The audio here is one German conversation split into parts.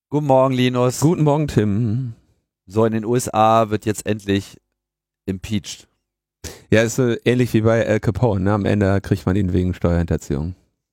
Guten Morgen, Linus. Guten Morgen, Tim. So, in den USA wird jetzt endlich impeached. Ja, ist so ähnlich wie bei Al Capone, ne? Am Ende kriegt man ihn wegen Steuerhinterziehung.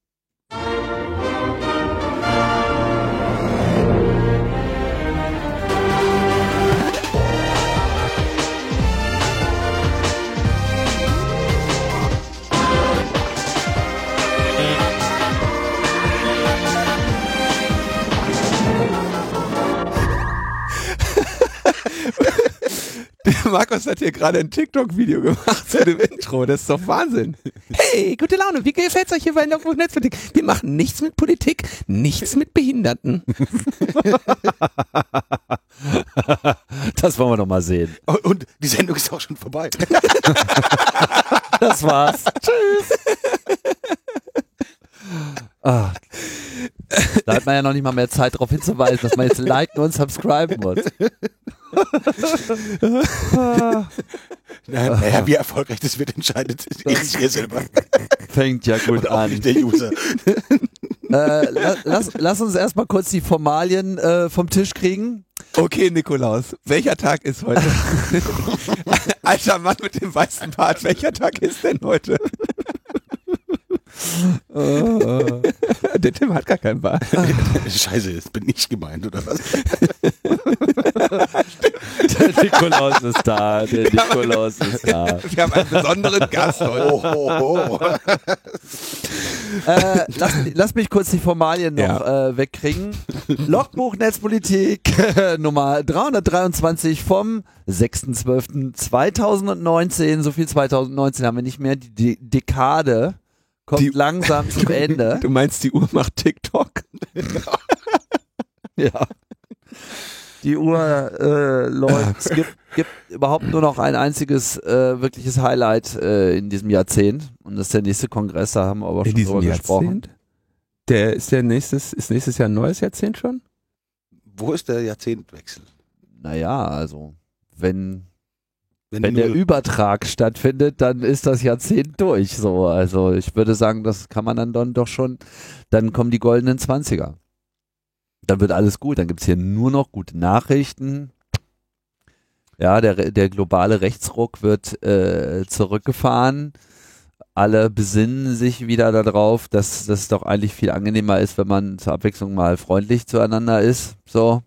Markus hat hier gerade ein TikTok-Video gemacht zu dem Intro. Das ist doch Wahnsinn. Hey, gute Laune. Wie gefällt's euch hier bei Logbuch Netzpolitik? Wir machen nichts mit Politik, nichts mit Behinderten. Das wollen wir doch mal sehen. Und die Sendung ist auch schon vorbei. Das war's. Tschüss. Ah, da hat man ja noch nicht mal mehr Zeit darauf hinzuweisen, dass man jetzt liken und subscriben muss. Naja, wie erfolgreich das wird, entscheidet ihr selber. Fängt ja gut an. Nicht der User. Lass uns erstmal kurz die Formalien vom Tisch kriegen. Okay, Nikolaus, welcher Tag ist heute? Alter Mann mit dem weißen Bart, welcher Tag ist denn heute? Der Tim hat gar keinen Bart. Scheiße, jetzt bin ich gemeint, oder was? Der Nikolaus ist da. Der Nikolaus ist da. Wir haben einen besonderen Gast heute. Lass mich kurz die Formalien noch wegkriegen. Logbuch Netzpolitik Nummer 323 vom 6.12.2019. So viel 2019 haben wir nicht mehr. Die Dekade kommt langsam zum Ende. Du meinst, die Uhr macht TikTok? Ja. Die Uhr läuft. Es gibt überhaupt nur noch ein einziges wirkliches Highlight in diesem Jahrzehnt. Und das ist der nächste Kongress, da haben wir aber schon drüber gesprochen. Ist nächstes Jahr ein neues Jahrzehnt schon? Wo ist der Jahrzehntwechsel? Naja, also wenn der Übertrag stattfindet, dann ist das Jahrzehnt durch. So, also ich würde sagen, das kann man dann doch schon. Dann kommen die goldenen 20er. Dann wird alles gut. Dann gibt es hier nur noch gute Nachrichten. Ja, der globale Rechtsruck wird zurückgefahren. Alle besinnen sich wieder darauf, dass das doch eigentlich viel angenehmer ist, wenn man zur Abwechslung mal freundlich zueinander ist. So.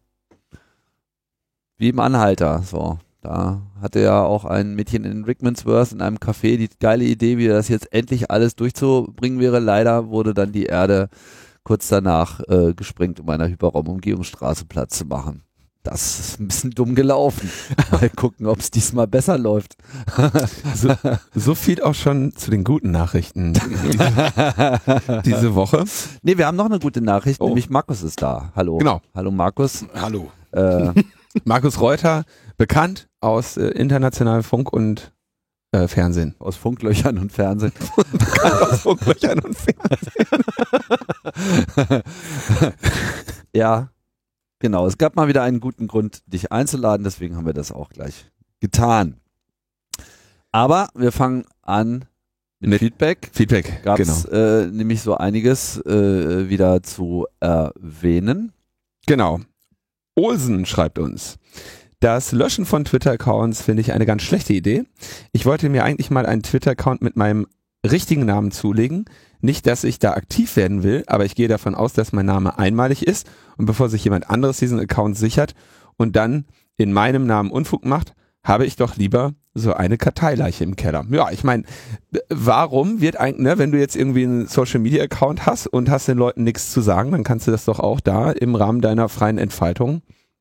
Wie im Anhalter. So. Da hatte ja auch ein Mädchen in Rickmansworth in einem Café die geile Idee, wie das jetzt endlich alles durchzubringen wäre. Leider wurde dann die Erde kurz danach gesprengt, um einer Hyperraumumgehungsstraße Platz zu machen. Das ist ein bisschen dumm gelaufen. Mal gucken, ob es diesmal besser läuft. So viel auch schon zu den guten Nachrichten diese Woche. Nee, wir haben noch eine gute Nachricht, nämlich Markus ist da. Hallo. Genau. Hallo Markus. Hallo. Markus Reuter, bekannt aus internationalem Funk und Fernsehen. Aus Funklöchern und Fernsehen. Bekannt aus Funklöchern und Fernsehen. Ja, genau. Es gab mal wieder einen guten Grund, dich einzuladen, deswegen haben wir das auch gleich getan. Aber wir fangen an mit Feedback. Feedback, Gab es nämlich so einiges wieder zu erwähnen. Genau. Olsen schreibt uns: Das Löschen von Twitter-Accounts finde ich eine ganz schlechte Idee. Ich wollte mir eigentlich mal einen Twitter-Account mit meinem richtigen Namen zulegen. Nicht, dass ich da aktiv werden will, aber ich gehe davon aus, dass mein Name einmalig ist und bevor sich jemand anderes diesen Account sichert und dann in meinem Namen Unfug macht, habe ich doch lieber so eine Karteileiche im Keller. Ja, ich meine, warum wird eigentlich, ne, wenn du jetzt irgendwie einen Social-Media-Account hast und hast den Leuten nichts zu sagen, dann kannst du das doch auch da im Rahmen deiner freien Entfaltung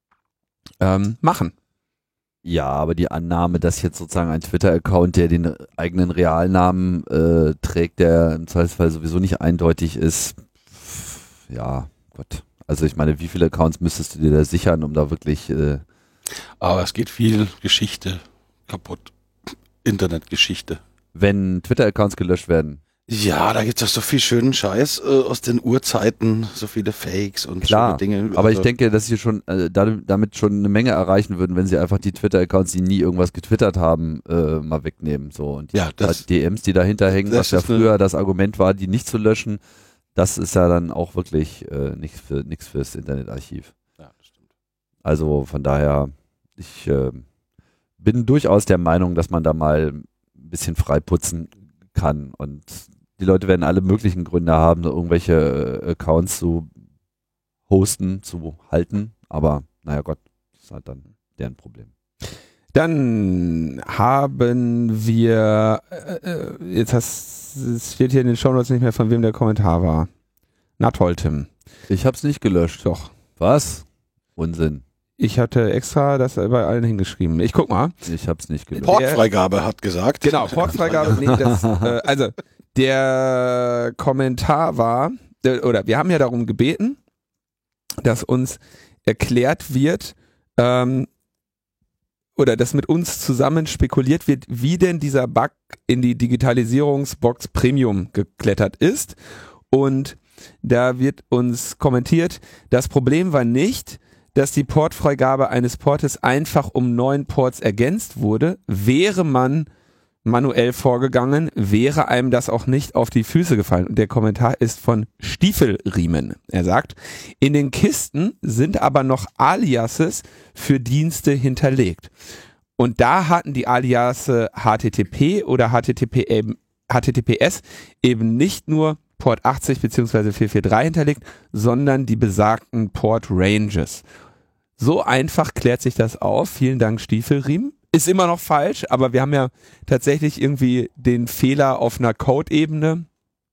machen. Ja, aber die Annahme, dass jetzt sozusagen ein Twitter-Account, der den eigenen Realnamen trägt, der im Zweifelsfall sowieso nicht eindeutig ist, ja, Gott. Also ich meine, wie viele Accounts müsstest du dir da sichern, um da wirklich... Aber es geht viel Geschichte kaputt. Internetgeschichte. Wenn Twitter-Accounts gelöscht werden. Ja, da gibt es doch so viel schönen Scheiß aus den Urzeiten, so viele Fakes und klar, Dinge. Also aber ich denke, dass sie schon damit schon eine Menge erreichen würden, wenn sie einfach die Twitter-Accounts, die nie irgendwas getwittert haben, mal wegnehmen. So. Und die DMs, die dahinter hängen, was ja früher das Argument war, die nicht zu löschen, das ist ja dann auch wirklich nichts fürs Internetarchiv. Ja, das stimmt. Also von daher, ich bin durchaus der Meinung, dass man da mal ein bisschen freiputzen kann und die Leute werden alle möglichen Gründe haben, irgendwelche Accounts zu hosten, zu halten, aber naja Gott, das ist halt dann deren Problem. Dann haben wir, es steht hier in den Shownotes nicht mehr, von wem der Kommentar war. Na toll, Tim. Ich hab's nicht gelöscht. Doch. Was? Unsinn. Ich hatte extra das bei allen hingeschrieben. Ich guck mal. Ich hab's nicht gelöscht. Portfreigabe hat gesagt. Genau, Portfreigabe. Nee, also der Kommentar war, oder wir haben ja darum gebeten, dass uns erklärt wird, oder dass mit uns zusammen spekuliert wird, wie denn dieser Bug in die Digitalisierungsbox Premium geklettert ist. Und da wird uns kommentiert, das Problem war nicht, dass die Portfreigabe eines Portes einfach um 9 Ports ergänzt wurde. Wäre man manuell vorgegangen, wäre einem das auch nicht auf die Füße gefallen. Und der Kommentar ist von Stiefelriemen. Er sagt, in den Kisten sind aber noch Aliases für Dienste hinterlegt. Und da hatten die Aliase HTTP oder HTTPS eben nicht nur Port 80 bzw. 443 hinterlegt, sondern die besagten Port Ranges. So einfach klärt sich das auf. Vielen Dank, Stiefelriemen. Ist immer noch falsch, aber wir haben ja tatsächlich irgendwie den Fehler auf einer Code-Ebene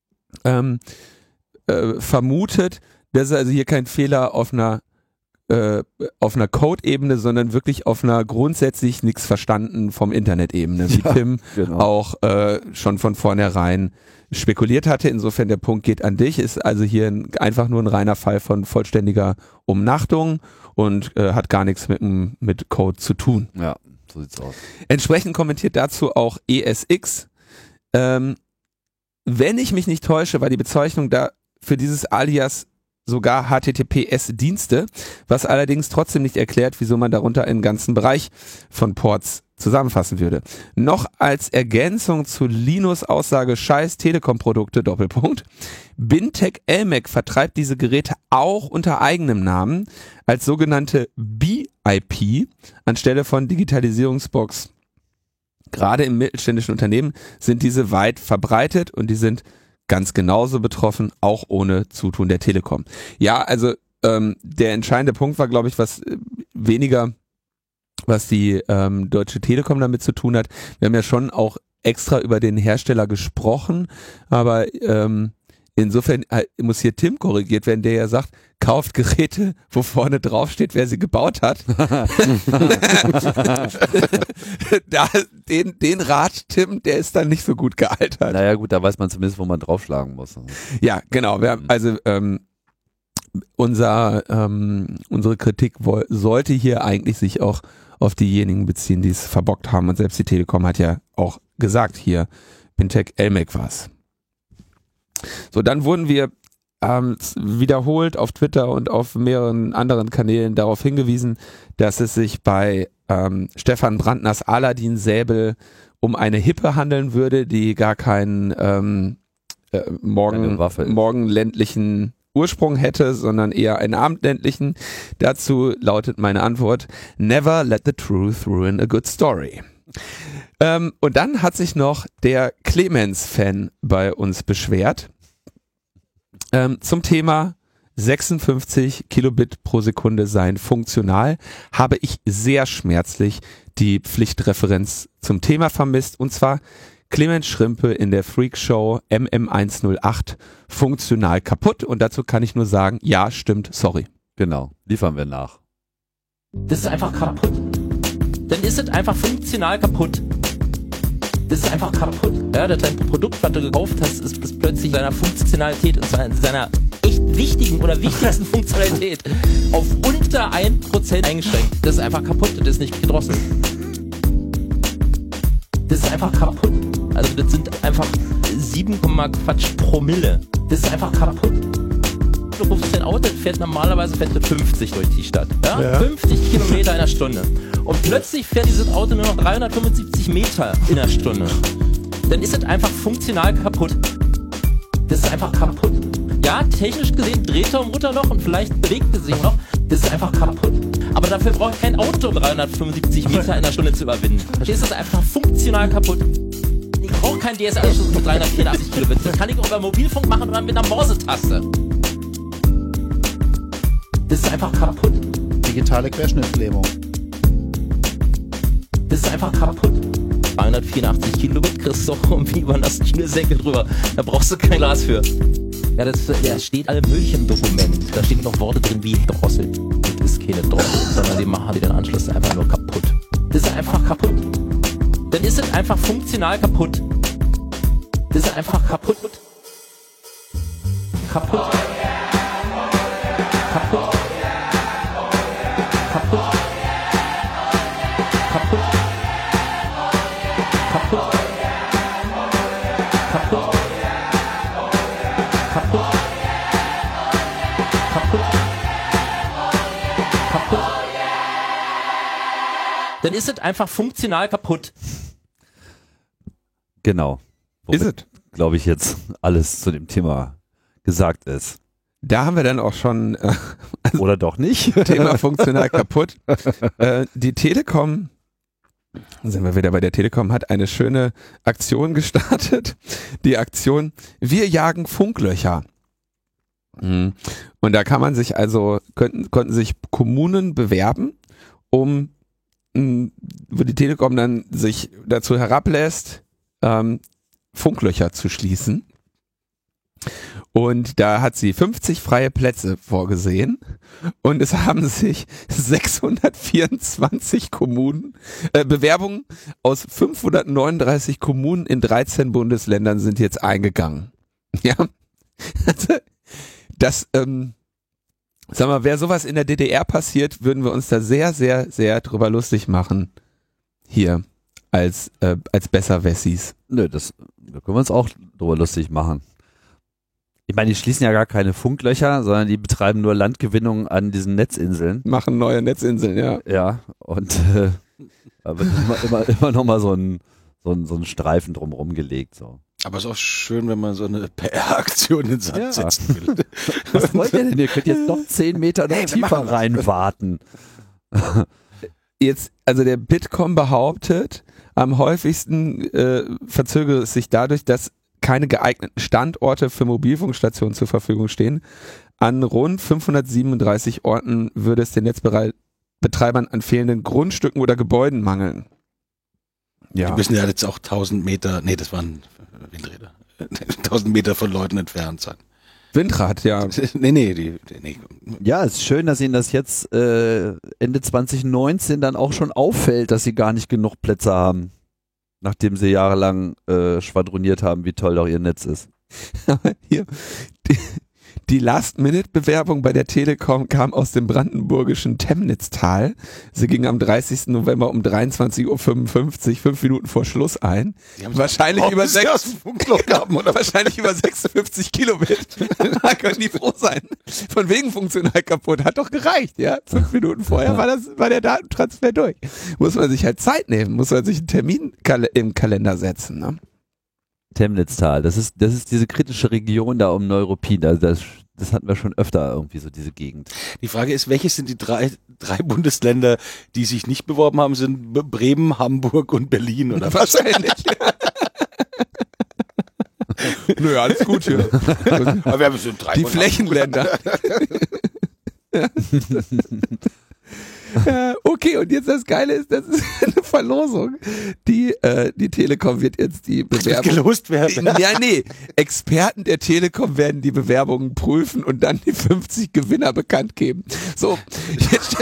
vermutet. Das ist also hier kein Fehler auf einer Code-Ebene, sondern wirklich auf einer grundsätzlich nichts verstanden vom Internet-Ebene, wie Tim auch schon von vornherein spekuliert hatte. Insofern der Punkt geht an dich, ist also hier einfach nur ein reiner Fall von vollständiger Umnachtung und hat gar nichts mit Code zu tun. Ja, so sieht's aus. Entsprechend kommentiert dazu auch ESX. Wenn ich mich nicht täusche, war die Bezeichnung da für dieses Alias sogar HTTPS-Dienste, was allerdings trotzdem nicht erklärt, wieso man darunter einen ganzen Bereich von Ports zusammenfassen würde. Noch als Ergänzung zu Linus Aussage scheiß Telekom-Produkte, Doppelpunkt. Bintec Elmec vertreibt diese Geräte auch unter eigenem Namen als sogenannte BIP anstelle von Digitalisierungsbox. Gerade im mittelständischen Unternehmen sind diese weit verbreitet und die sind ganz genauso betroffen, auch ohne Zutun der Telekom. Ja, also der entscheidende Punkt war, glaube ich, weniger was die Deutsche Telekom damit zu tun hat. Wir haben ja schon auch extra über den Hersteller gesprochen, aber insofern muss hier Tim korrigiert werden, der ja sagt, kauft Geräte, wo vorne drauf steht, wer sie gebaut hat. Den Rat, Tim, der ist dann nicht so gut gealtert. Naja gut, da weiß man zumindest, wo man draufschlagen muss. Ja, genau. Wir haben, also unsere Kritik sollte hier eigentlich sich auch auf diejenigen beziehen, die es verbockt haben. Und selbst die Telekom hat ja auch gesagt, hier, Bintec Elmec war's. So, dann wurden wir wiederholt auf Twitter und auf mehreren anderen Kanälen darauf hingewiesen, dass es sich bei Stefan Brandners Aladdin-Säbel um eine Hippe handeln würde, die gar keinen morgenländlichen Ursprung hätte, sondern eher einen abendländlichen. Dazu lautet meine Antwort: Never let the truth ruin a good story. Und dann hat sich noch der Clemens-Fan bei uns beschwert zum Thema 56 Kilobit pro Sekunde seien funktional, habe ich sehr schmerzlich die Pflichtreferenz zum Thema vermisst, und zwar Clemens Schrimpe in der Freakshow MM108 funktional kaputt, und dazu kann ich nur sagen, ja, stimmt, sorry. Genau, liefern wir nach. Das ist einfach kaputt. Dann ist es einfach funktional kaputt. Das ist einfach kaputt. Ja, dein Produkt, was du gekauft hast, ist plötzlich seiner Funktionalität und seiner echt wichtigen oder wichtigsten Funktionalität auf unter 1% eingeschränkt. Das ist einfach kaputt, das ist nicht gedrosselt. Das ist einfach kaputt. Also das sind einfach 7, Quatsch Promille. Das ist einfach kaputt. Du rufst dein Auto, das fährt 50 durch die Stadt. Ja? 50 Kilometer in der Stunde. Und plötzlich fährt dieses Auto nur noch 375 Meter in der Stunde. Dann ist es einfach funktional kaputt. Das ist einfach kaputt. Ja, technisch gesehen dreht er am Ruderloch und vielleicht bewegt es sich noch. Das ist einfach kaputt. Aber dafür braucht kein Auto 375 Meter in der Stunde zu überwinden. Verstehst du? Das ist einfach funktional kaputt. Ich brauche kein DSL-Anschluss mit 384 Kilobit. Das kann ich auch über Mobilfunk machen oder mit einer Morsetaste. Das ist einfach kaputt. Digitale Querschnittslähmung. Das ist einfach kaputt. 384 Kilobit kriegst du auch irgendwie über einen Schnürsenkel drüber. Da brauchst du kein Glas für. Ja, da steht alle Mögliche im Dokument. Da stehen noch Worte drin wie Drosselt. Das ist keine Drossel, sondern die machen den Anschluss einfach nur kaputt. Das ist einfach kaputt. Dann ist es einfach funktional kaputt. Das ist einfach kaputt. Kaputt. Kaputt. Kaputt. Kaputt. Kaputt. Kaputt. Kaputt. Kaputt. Kaputt. Dann ist es einfach funktional kaputt. Genau. Ist es? Glaube ich, jetzt alles zu dem Thema gesagt ist. Da haben wir dann auch schon Oder doch nicht? Thema funktional kaputt. Die Telekom, sind wir wieder bei der Telekom, hat eine schöne Aktion gestartet. Die Aktion Wir jagen Funklöcher. Und da kann man sich konnten sich Kommunen bewerben, wo die Telekom dann sich dazu herablässt, Funklöcher zu schließen. Und da hat sie 50 freie Plätze vorgesehen und es haben sich 624 Bewerbungen aus 539 Kommunen in 13 Bundesländern sind jetzt eingegangen. Ja, also das, sagen wir, wäre sowas in der DDR passiert, würden wir uns da sehr, sehr, sehr drüber lustig machen. Hier als Besserwessis. Nö, da können wir uns auch drüber lustig machen. Ich meine, die schließen ja gar keine Funklöcher, sondern die betreiben nur Landgewinnung an diesen Netzinseln. Machen neue Netzinseln, ja. Ja, und da wird immer noch mal so ein Streifen drumherum gelegt. So. Aber es ist auch schön, wenn man so eine PR-Aktion in den Sand setzen will. Was wollt ihr denn? Ihr könnt jetzt noch 10 Meter noch tiefer reinwarten. Jetzt, also der Bitkom behauptet, am häufigsten verzögere es sich dadurch, dass keine geeigneten Standorte für Mobilfunkstationen zur Verfügung stehen. An rund 537 Orten würde es den Netzbetreibern an fehlenden Grundstücken oder Gebäuden mangeln. Ja. Die müssen ja jetzt auch 1000 Meter, nee, das waren Windräder, 1000 Meter von Leuten entfernt sein. Windrad, ja. Nee. Ja, es ist schön, dass Ihnen das jetzt Ende 2019 dann auch schon auffällt, dass Sie gar nicht genug Plätze haben. Nachdem sie jahrelang schwadroniert haben, wie toll doch ihr Netz ist. Hier, die Last-Minute-Bewerbung bei der Telekom kam aus dem brandenburgischen Temnitztal. Sie ging am 30. November um 23:55 Uhr, 5 Minuten vor Schluss ein. Wahrscheinlich über 56 Kilobit. Da können die froh sein. Von wegen funktional kaputt. Hat doch gereicht, ja. 5 Minuten vorher war der Datentransfer durch. Muss man sich halt Zeit nehmen, muss man sich einen Termin im Kalender setzen, ne? Temnitztal, das ist diese kritische Region da um Neuruppin, also das hatten wir schon öfter irgendwie so, diese Gegend. Die Frage ist, welche sind die drei Bundesländer, die sich nicht beworben haben, sind Bremen, Hamburg und Berlin oder was? Wahrscheinlich. Nö, alles gut hier. Aber wir haben so 3 die Flächenländer. Okay, und jetzt das Geile ist, das ist eine Verlosung. Die Telekom wird jetzt die Bewerbung... gelost werden. Ja, nee. Experten der Telekom werden die Bewerbungen prüfen und dann die 50 Gewinner bekannt geben. So, jetzt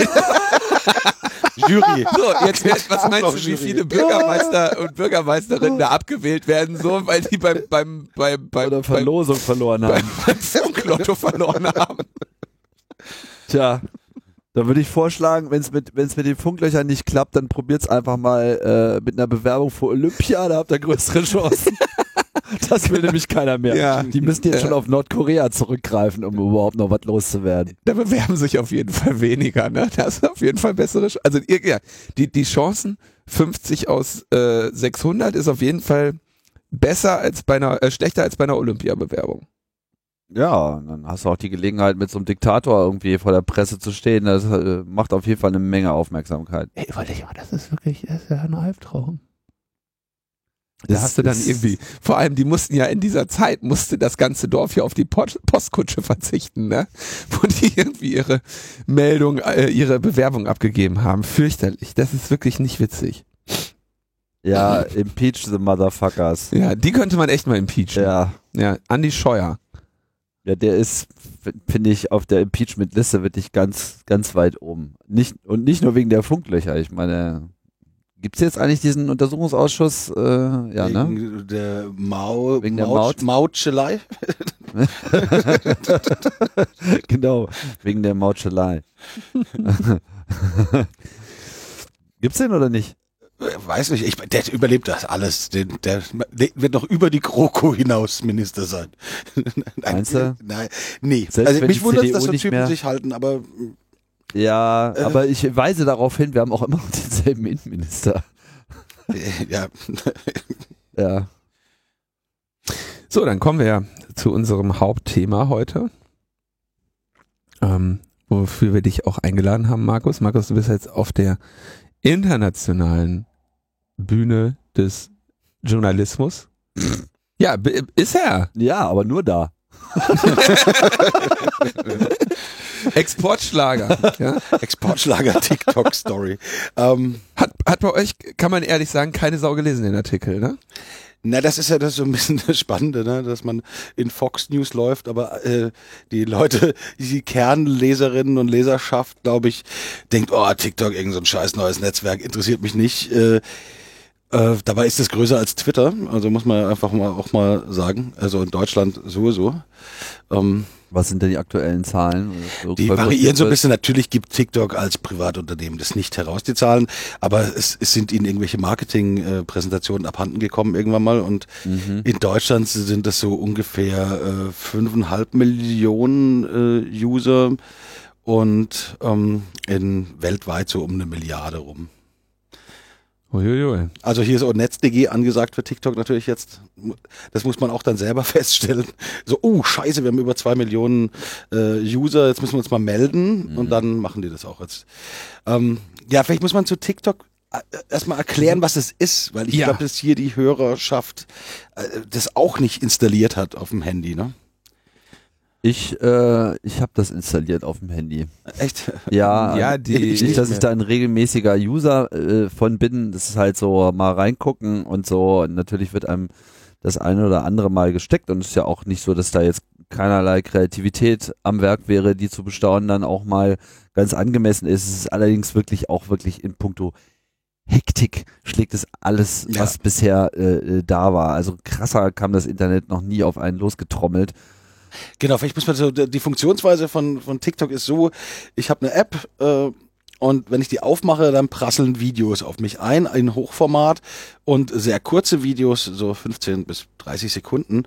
Jury. So, jetzt was meinst du, wie viele Bürgermeister und Bürgermeisterinnen da abgewählt werden, so, weil die beim Verlosung verloren haben. Beim Funklotto verloren haben. Tja. Da würde ich vorschlagen, wenn es mit den Funklöchern nicht klappt, dann probiert's einfach mal mit einer Bewerbung für Olympia, da habt ihr größere Chancen. Das will nämlich keiner mehr. Ja. Die müssen jetzt schon auf Nordkorea zurückgreifen, um überhaupt noch was loszuwerden. Da bewerben sich auf jeden Fall weniger, ne? Das ist auf jeden Fall bessere, also die Chancen 50 aus 600 ist auf jeden Fall schlechter als bei einer Olympia-Bewerbung. Ja, dann hast du auch die Gelegenheit, mit so einem Diktator irgendwie vor der Presse zu stehen. Das macht auf jeden Fall eine Menge Aufmerksamkeit. Ey, überleg mal, das ist ja ein Albtraum. Da hast du dann irgendwie, vor allem die mussten ja in dieser Zeit, musste das ganze Dorf ja auf die Postkutsche verzichten, ne? Wo die irgendwie ihre Meldung, ihre Bewerbung abgegeben haben. Fürchterlich, das ist wirklich nicht witzig. Ja, impeach the motherfuckers. Ja, die könnte man echt mal impeachen. Ja. Ja, Andi Scheuer. Ja, der ist, finde ich, auf der Impeachment-Liste wirklich ganz, ganz weit oben. Nicht nur wegen der Funklöcher. Ich meine, gibt's jetzt eigentlich diesen Untersuchungsausschuss? Ja, wegen ne? Der Wegen der Maut. Mautschelei. Genau, wegen der Mautschelei. Gibt's den oder nicht? Weiß nicht, der überlebt das alles. Der wird noch über die GroKo hinaus Minister sein. Meinst du? Nein, nee. Selbst Also wenn mich die wundert, CDU dass so nicht Typen mehr- sich halten, aber Ja, aber ich weise darauf hin, wir haben auch immer noch denselben Innenminister. ja. Ja. So, dann kommen wir zu unserem Hauptthema heute, wofür wir dich auch eingeladen haben, Markus. Markus, du bist jetzt auf der internationalen Bühne des Journalismus. Ja, ist er. Ja, aber nur da. Exportschlager. Ja? Exportschlager TikTok-Story. Hat bei euch, kann man ehrlich sagen, keine Sau gelesen, den Artikel, ne? Na, das ist ja das so ein bisschen das Spannende, ne? Dass man in Fox News läuft, aber die Leute, die Kernleserinnen und Leserschaft, glaube ich, denkt, oh, TikTok, irgend so ein scheiß neues Netzwerk, interessiert mich nicht. Dabei ist es größer als Twitter, also muss man einfach auch mal sagen. Also in Deutschland sowieso. Was sind denn die aktuellen Zahlen? Die variieren so ein bisschen. Natürlich gibt TikTok als Privatunternehmen das nicht heraus, die Zahlen, aber es sind ihnen irgendwelche Marketing-Präsentationen abhanden gekommen irgendwann mal und in Deutschland sind das so ungefähr 5,5 Millionen User und weltweit so um 1 Milliarde rum. Uiuiui. Also hier ist auch NetzDG angesagt für TikTok natürlich jetzt. Das muss man auch dann selber feststellen. So, scheiße, wir haben über 2 Millionen User, jetzt müssen wir uns mal melden und dann machen die das auch jetzt. Ja, vielleicht muss man zu TikTok erstmal erklären, was es ist, weil ich glaube, dass hier die Hörerschaft das auch nicht installiert hat auf dem Handy, ne? Ich habe das installiert auf dem Handy. Echt? Ja, die- nicht, dass ich da ein regelmäßiger User von bin. Das ist halt so mal reingucken und so. Natürlich wird einem das eine oder andere mal gesteckt und es ist ja auch nicht so, dass da jetzt keinerlei Kreativität am Werk wäre, die zu bestaunen dann auch mal ganz angemessen ist. Es ist allerdings wirklich in puncto Hektik schlägt es alles, was bisher da war. Also krasser kam das Internet noch nie auf einen losgetrommelt. Genau, vielleicht muss man so, die Funktionsweise von TikTok ist so, ich habe eine App und wenn ich die aufmache, dann prasseln Videos auf mich ein in Hochformat und sehr kurze Videos, so 15 bis 30 Sekunden.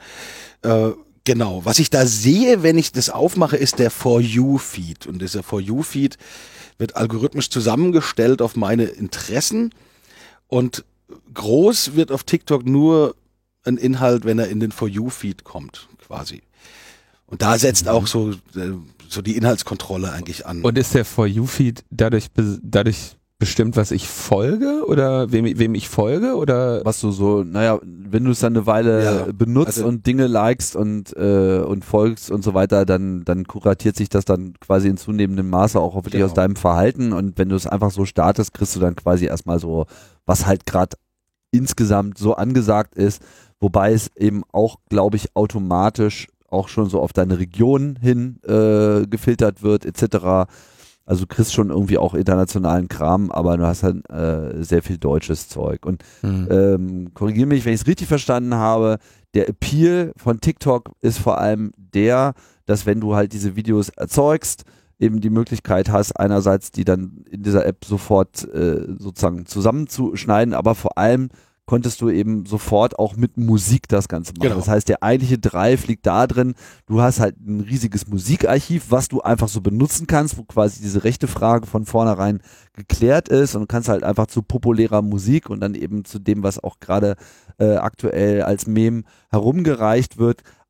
Genau, was ich da sehe, wenn ich das aufmache, ist der For You-Feed und dieser For You-Feed wird algorithmisch zusammengestellt auf meine Interessen und groß wird auf TikTok nur ein Inhalt, wenn er in den For You-Feed kommt, quasi. Und da setzt auch so die Inhaltskontrolle eigentlich an. Und ist der For You-Feed dadurch bestimmt, was ich folge oder wem ich folge oder? Was du so, wenn du es dann eine Weile benutzt also und Dinge likest und folgst und so weiter, dann kuratiert sich das dann quasi in zunehmendem Maße auch wirklich aus deinem Verhalten und wenn du es einfach so startest, kriegst du dann quasi erstmal so, was halt gerade insgesamt so angesagt ist, wobei es eben auch, glaube ich, automatisch auch schon so auf deine Region hin gefiltert wird, etc. Also du kriegst schon irgendwie auch internationalen Kram, aber du hast halt sehr viel deutsches Zeug. Und korrigiere mich, wenn ich es richtig verstanden habe, der Appeal von TikTok ist vor allem der, dass wenn du halt diese Videos erzeugst, eben die Möglichkeit hast, einerseits die dann in dieser App sofort sozusagen zusammenzuschneiden, aber vor allem konntest du eben sofort auch mit Musik das Ganze machen. Genau. Das heißt, der eigentliche Drive liegt da drin, du hast halt ein riesiges Musikarchiv, was du einfach so benutzen kannst, wo quasi diese rechte Frage von vornherein geklärt ist und du kannst halt einfach zu populärer Musik und dann eben zu dem, was auch gerade aktuell als Meme herumgereicht wird,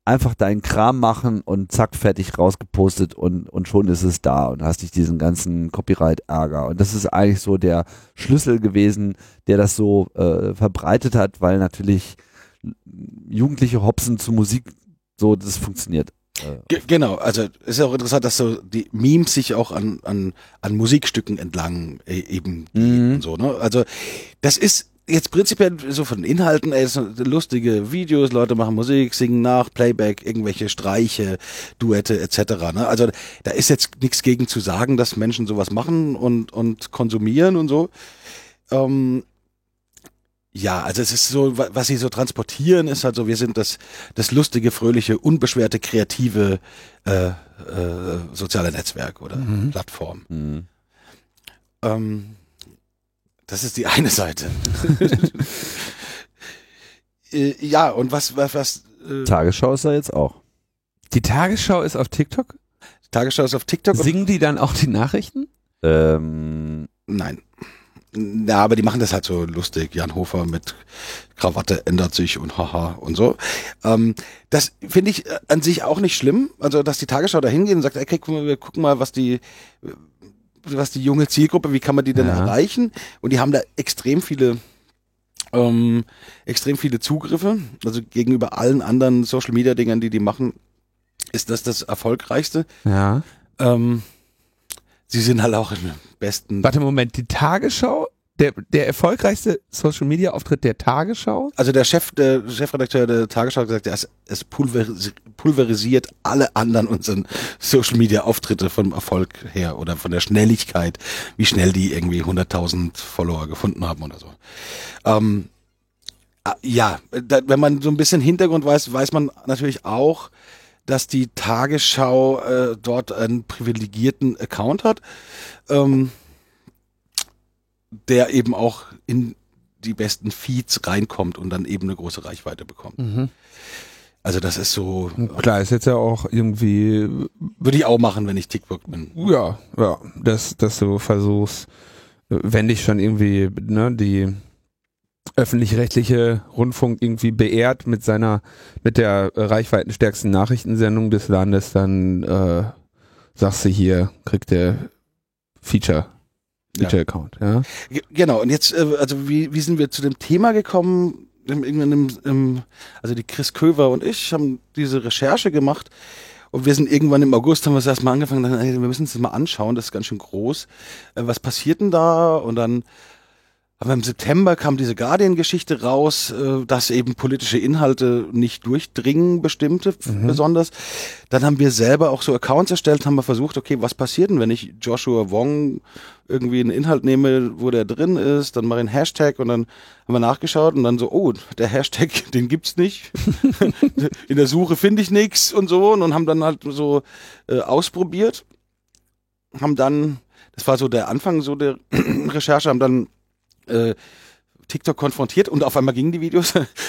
einfach deinen Kram machen und zack, fertig rausgepostet und schon ist es da und hast nicht diesen ganzen Copyright-Ärger. Und das ist eigentlich so der Schlüssel gewesen, der das so verbreitet hat, weil natürlich Jugendliche hopsen zu Musik, so, das funktioniert. Genau, also ist ja auch interessant, dass so die Memes sich auch an Musikstücken entlang eben gehen und so, ne? Also das ist jetzt prinzipiell so von den Inhalten, das sind lustige Videos, Leute machen Musik, singen nach, Playback, irgendwelche Streiche, Duette etc. Ne? Also da ist jetzt nichts gegen zu sagen, dass Menschen sowas machen und konsumieren und so. Ja, also es ist so, was sie so transportieren, ist halt so, wir sind das lustige, fröhliche, unbeschwerte, kreative soziale Netzwerk oder Plattform. Das ist die eine Seite. Ja, und was Tagesschau ist da jetzt auch. Die Tagesschau ist auf TikTok? Die Tagesschau ist auf TikTok. Singen die dann auch die Nachrichten? Nein. Ja, aber die machen das halt so lustig. Jan Hofer mit Krawatte ändert sich und haha und so. Das finde ich an sich auch nicht schlimm. Also, dass die Tagesschau da hingeht und sagt, okay, wir gucken mal, was die junge Zielgruppe, wie kann man die denn erreichen? Und die haben da extrem viele Zugriffe. Also gegenüber allen anderen Social-Media-Dingern, die machen, ist das Erfolgreichste. Ja. Sie sind halt auch im besten... Warte, Moment, die Tagesschau? Der erfolgreichste Social-Media-Auftritt der Tagesschau? Also der Chefredakteur der Tagesschau hat gesagt, es pulverisiert alle anderen unseren Social-Media-Auftritte vom Erfolg her oder von der Schnelligkeit, wie schnell die irgendwie 100.000 Follower gefunden haben oder so. Ja, wenn man so ein bisschen Hintergrund weiß man natürlich auch, dass die Tagesschau dort einen privilegierten Account hat, der eben auch in die besten Feeds reinkommt und dann eben eine große Reichweite bekommt. Also das ist so... Klar, ist jetzt ja auch irgendwie... Würde ich auch machen, wenn ich TikTok bin. Ja, dass du versuchst, wenn dich schon irgendwie die öffentlich-rechtliche Rundfunk irgendwie beehrt mit der reichweitenstärksten Nachrichtensendung des Landes, dann sagst du hier, kriegt der Feature-Account. Ja. Genau, und jetzt, also wie sind wir zu dem Thema gekommen? Also die Chris Köver und ich haben diese Recherche gemacht und wir sind irgendwann im August, haben wir es erstmal angefangen, dann, wir müssen uns das mal anschauen, das ist ganz schön groß. Was passiert denn da? Und dann aber im September kam diese Guardian-Geschichte raus, dass eben politische Inhalte nicht durchdringen, bestimmte besonders. Dann haben wir selber auch so Accounts erstellt, haben wir versucht, okay, was passiert denn, wenn ich Joshua Wong irgendwie einen Inhalt nehme, wo der drin ist, dann mache ich einen Hashtag und dann haben wir nachgeschaut und dann so, oh, der Hashtag, den gibt's nicht. In der Suche finde ich nichts und so und haben dann halt so ausprobiert. Haben dann, das war so der Anfang so der Recherche, haben dann TikTok konfrontiert und auf einmal gingen die Videos.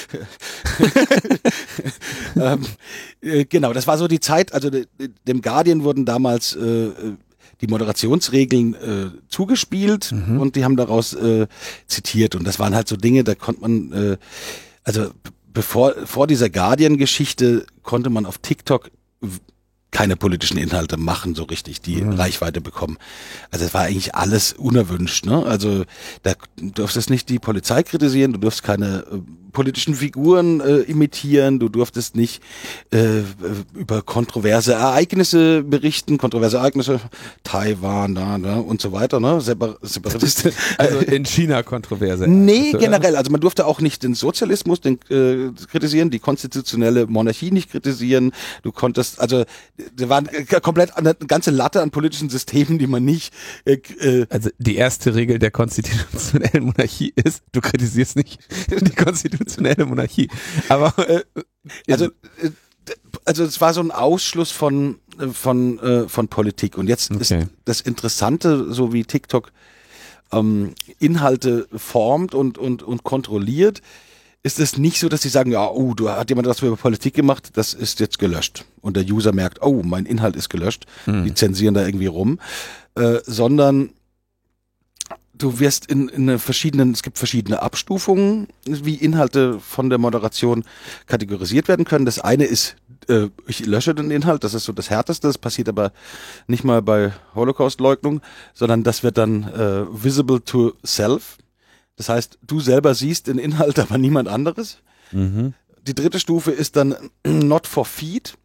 Genau, das war so die Zeit, also dem Guardian wurden damals die Moderationsregeln zugespielt und die haben daraus zitiert und das waren halt so Dinge, da konnte man, also vor dieser Guardian-Geschichte konnte man auf TikTok keine politischen Inhalte machen, so richtig, die Reichweite bekommen. Also es war eigentlich alles unerwünscht, ne? Also da durftest nicht die Polizei kritisieren, du durfst keine politischen Figuren imitieren, du durftest nicht über kontroverse Ereignisse berichten, Taiwan, da und so weiter, ne? Separatisten. Also in China kontroverse. Nee, generell, also man durfte auch nicht den Sozialismus kritisieren, die konstitutionelle Monarchie nicht kritisieren, du konntest, also da waren komplett eine ganze Latte an politischen Systemen, die man nicht... Also die erste Regel der konstitutionellen Monarchie ist, du kritisierst nicht die konstitutionelle Monarchie. Aber also es war so ein Ausschluss von Politik. Und jetzt ist das Interessante, so wie TikTok Inhalte formt und kontrolliert, ist es nicht so, dass sie sagen, ja, oh, hat jemand was über Politik gemacht, das ist jetzt gelöscht. Und der User merkt, oh, mein Inhalt ist gelöscht, die zensieren da irgendwie rum. Sondern du wirst es gibt verschiedene Abstufungen, wie Inhalte von der Moderation kategorisiert werden können. Das eine ist, ich lösche den Inhalt, das ist so das Härteste, das passiert aber nicht mal bei Holocaust-Leugnung, sondern das wird dann visible to self. Das heißt, du selber siehst den Inhalt, aber niemand anderes. Mhm. Die dritte Stufe ist dann not for feed.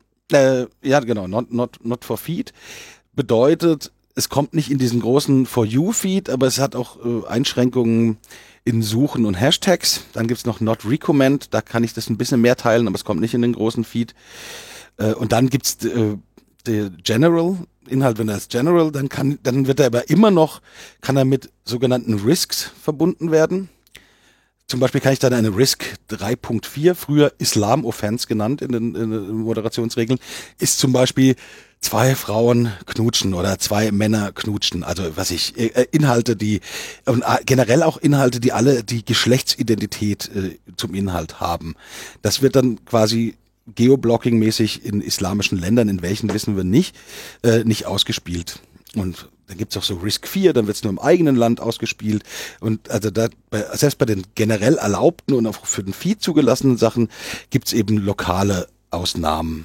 Not for feed bedeutet, es kommt nicht in diesen großen For You-Feed, aber es hat auch Einschränkungen in Suchen und Hashtags. Dann gibt's noch Not Recommend, da kann ich das ein bisschen mehr teilen, aber es kommt nicht in den großen Feed. Und dann gibt's der General Inhalt, wenn er ist General, dann wird er aber immer noch, kann er mit sogenannten Risks verbunden werden. Zum Beispiel kann ich dann eine Risk 3.4, früher Islam-Offense genannt in den Moderationsregeln, ist zum Beispiel 2 Frauen knutschen oder 2 Männer knutschen. Also Inhalte, generell auch Inhalte, die alle die Geschlechtsidentität zum Inhalt haben. Das wird dann quasi Geoblocking-mäßig in islamischen Ländern, in welchen wissen wir nicht ausgespielt. Und dann gibt's auch so Risk 4, dann wird's nur im eigenen Land ausgespielt. Und also selbst bei den generell erlaubten und auch für den Feed zugelassenen Sachen gibt's eben lokale Ausnahmen.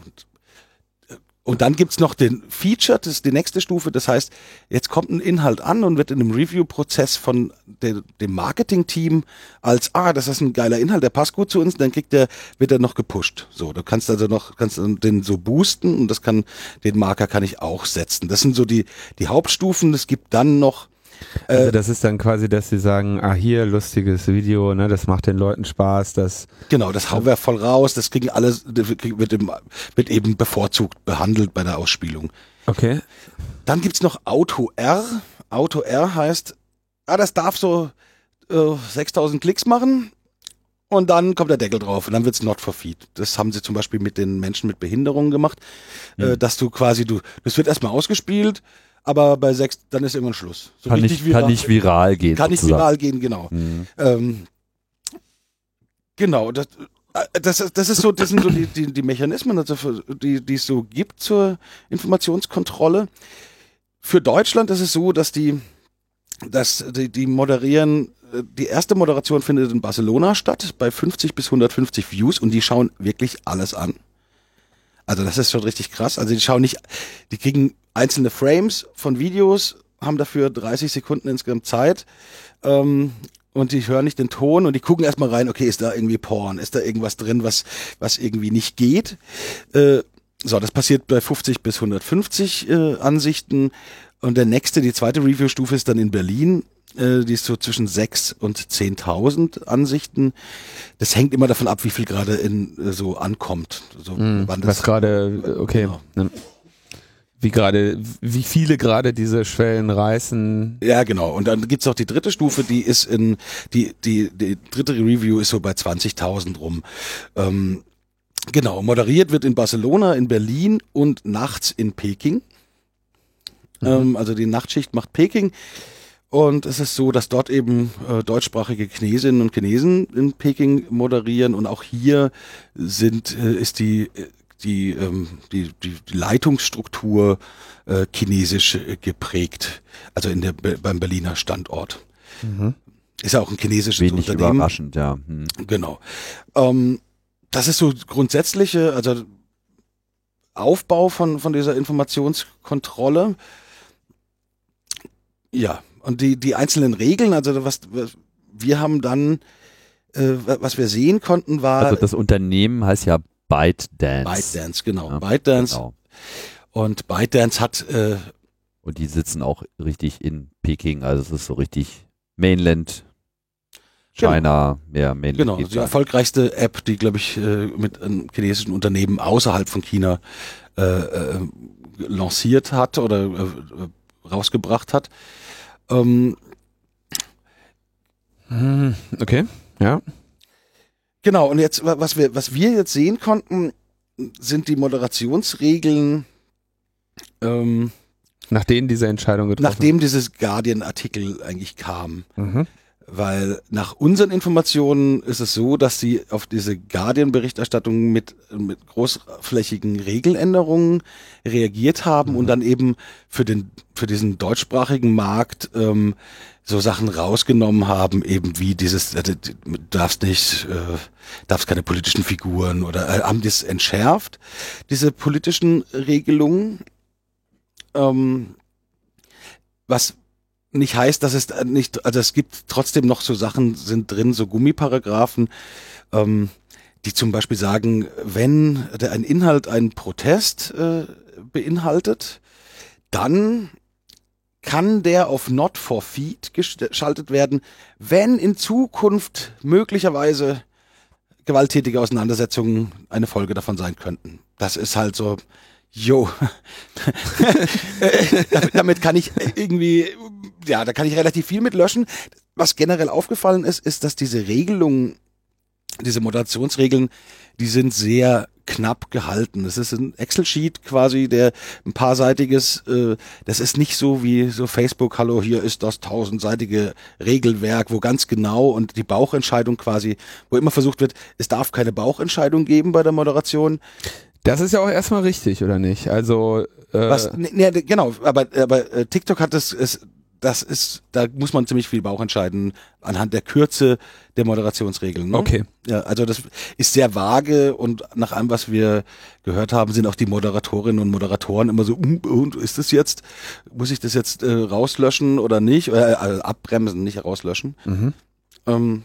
Und dann gibt's noch den Feature, das ist die nächste Stufe. Das heißt, jetzt kommt ein Inhalt an und wird in einem Review-Prozess von dem Marketing-Team als, das ist ein geiler Inhalt, der passt gut zu uns, dann wird er noch gepusht. So, du kannst den so boosten und den Marker kann ich auch setzen. Das sind so die Hauptstufen. Es gibt dann noch also das ist dann quasi, dass sie sagen, hier, lustiges Video, ne, das macht den Leuten Spaß, Genau, das hauen wir voll raus, das kriegen alle, wird eben bevorzugt behandelt bei der Ausspielung. Okay. Dann gibt's noch Auto R. Auto R heißt, das darf so 6000 Klicks machen und dann kommt der Deckel drauf und dann wird's not for feed. Das haben sie zum Beispiel mit den Menschen mit Behinderungen gemacht, dass du quasi, das wird erstmal ausgespielt, aber bei 6, dann ist irgendwann Schluss. So kann nicht viral gehen. Kann nicht viral gehen, genau. Mhm. Genau, das sind so die Mechanismen, also die es so gibt zur Informationskontrolle. Für Deutschland ist es so, dass die moderieren, die erste Moderation findet in Barcelona statt, bei 50 bis 150 Views und die schauen wirklich alles an. Also das ist schon richtig krass. Also die kriegen einzelne Frames von Videos, haben dafür 30 Sekunden insgesamt Zeit und die hören nicht den Ton und die gucken erstmal rein, okay, ist da irgendwie Porn, ist da irgendwas drin, was irgendwie nicht geht. Das passiert bei 50 bis 150 Ansichten und die zweite Review-Stufe ist dann in Berlin. Die ist so zwischen 6.000 und 10.000 Ansichten. Das hängt immer davon ab, wie viel gerade so ankommt. So, was gerade, okay. Genau. Wie viele gerade diese Schwellen reißen. Ja, genau. Und dann gibt's auch die dritte Stufe, die ist die dritte Review ist so bei 20.000 rum. Genau, moderiert wird in Barcelona, in Berlin und nachts in Peking. Also die Nachtschicht macht Peking. Und es ist so, dass dort eben deutschsprachige Chinesinnen und Chinesen in Peking moderieren und auch hier ist die Leitungsstruktur chinesisch geprägt, also beim Berliner Standort. Mhm. Ist ja auch ein chinesisches Wenig Unternehmen. Überraschend, ja. Mhm. Genau. Das ist so grundsätzliche, also Aufbau von dieser Informationskontrolle. Ja. Und die einzelnen Regeln, also was wir haben dann, was wir sehen konnten, war... Also das Unternehmen heißt ja ByteDance. ByteDance, genau. Ja, ByteDance. Genau. Und ByteDance hat... und die sitzen auch richtig in Peking, also es ist so richtig Mainland, China, mehr Mainland. Genau, die erfolgreichste App, die, glaube ich, mit einem chinesischen Unternehmen außerhalb von China lanciert hat oder rausgebracht hat. Okay, ja. Genau, und jetzt, was wir jetzt sehen konnten, sind die Moderationsregeln, nachdem diese Entscheidung getroffen nachdem dieses Guardian-Artikel eigentlich kam. Mhm. Weil nach unseren Informationen ist es so, dass sie auf diese Guardian-Berichterstattung mit großflächigen Regeländerungen reagiert haben und dann eben für diesen deutschsprachigen Markt so Sachen rausgenommen haben, eben wie dieses, darfst keine politischen Figuren oder haben das entschärft, diese politischen Regelungen, was nicht heißt, dass es nicht, also es gibt trotzdem noch so Sachen sind drin, so Gummiparagraphen, die zum Beispiel sagen, wenn ein Inhalt einen Protest beinhaltet, dann kann der auf Not for Feed geschaltet werden, wenn in Zukunft möglicherweise gewalttätige Auseinandersetzungen eine Folge davon sein könnten. Das ist halt so, damit kann ich irgendwie, ja, da kann ich relativ viel mit löschen. Was generell aufgefallen ist, dass diese Regelungen, diese Moderationsregeln, die sind sehr knapp gehalten. Das ist ein Excel-Sheet quasi, der ein paarseitiges, das ist nicht so wie so Facebook, hallo, hier ist das 1000-seitige Regelwerk, wo ganz genau und die Bauchentscheidung quasi, wo immer versucht wird, es darf keine Bauchentscheidung geben bei der Moderation. Das ist ja auch erstmal richtig, oder nicht? Also genau, aber TikTok hat da muss man ziemlich viel Bauch entscheiden anhand der Kürze der Moderationsregeln. Ne? Okay. Ja, also das ist sehr vage und nach allem, was wir gehört haben, sind auch die Moderatorinnen und Moderatoren immer so, und ist das jetzt, muss ich das jetzt rauslöschen oder nicht? Also abbremsen, nicht rauslöschen. Mhm.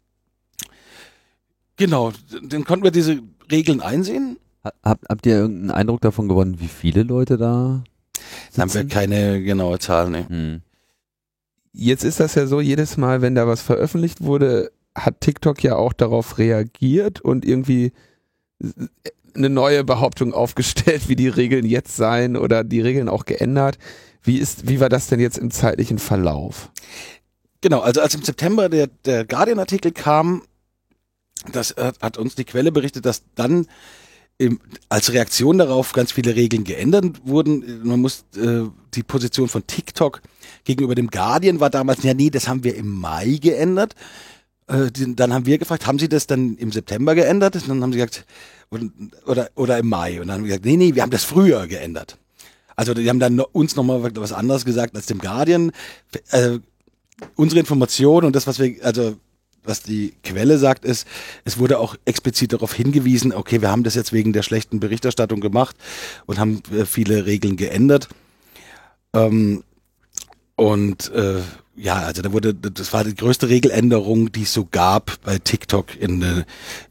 Genau, dann konnten wir diese Regeln einsehen. Habt ihr irgendeinen Eindruck davon gewonnen, wie viele Leute da sitzen? Dann haben wir keine genaue Zahl, ne. Jetzt ist das ja so, jedes Mal, wenn da was veröffentlicht wurde, hat TikTok ja auch darauf reagiert und irgendwie eine neue Behauptung aufgestellt, wie die Regeln jetzt seien oder die Regeln auch geändert. Wie war das denn jetzt im zeitlichen Verlauf? Genau, also als im September der Guardian-Artikel kam, das hat uns die Quelle berichtet, dass dann als Reaktion darauf ganz viele Regeln geändert wurden. Man muss die Position von TikTok gegenüber dem Guardian war damals, ja nee, das haben wir im Mai geändert. Dann haben wir gefragt, haben Sie das dann im September geändert? Und dann haben sie gesagt, oder im Mai. Und dann haben wir gesagt, nee, wir haben das früher geändert. Also die haben dann uns nochmal was anderes gesagt als dem Guardian. Unsere Information und das, was die Quelle sagt, ist, es wurde auch explizit darauf hingewiesen, okay, wir haben das jetzt wegen der schlechten Berichterstattung gemacht und haben viele Regeln geändert. Das war die größte Regeländerung, die es so gab bei TikTok in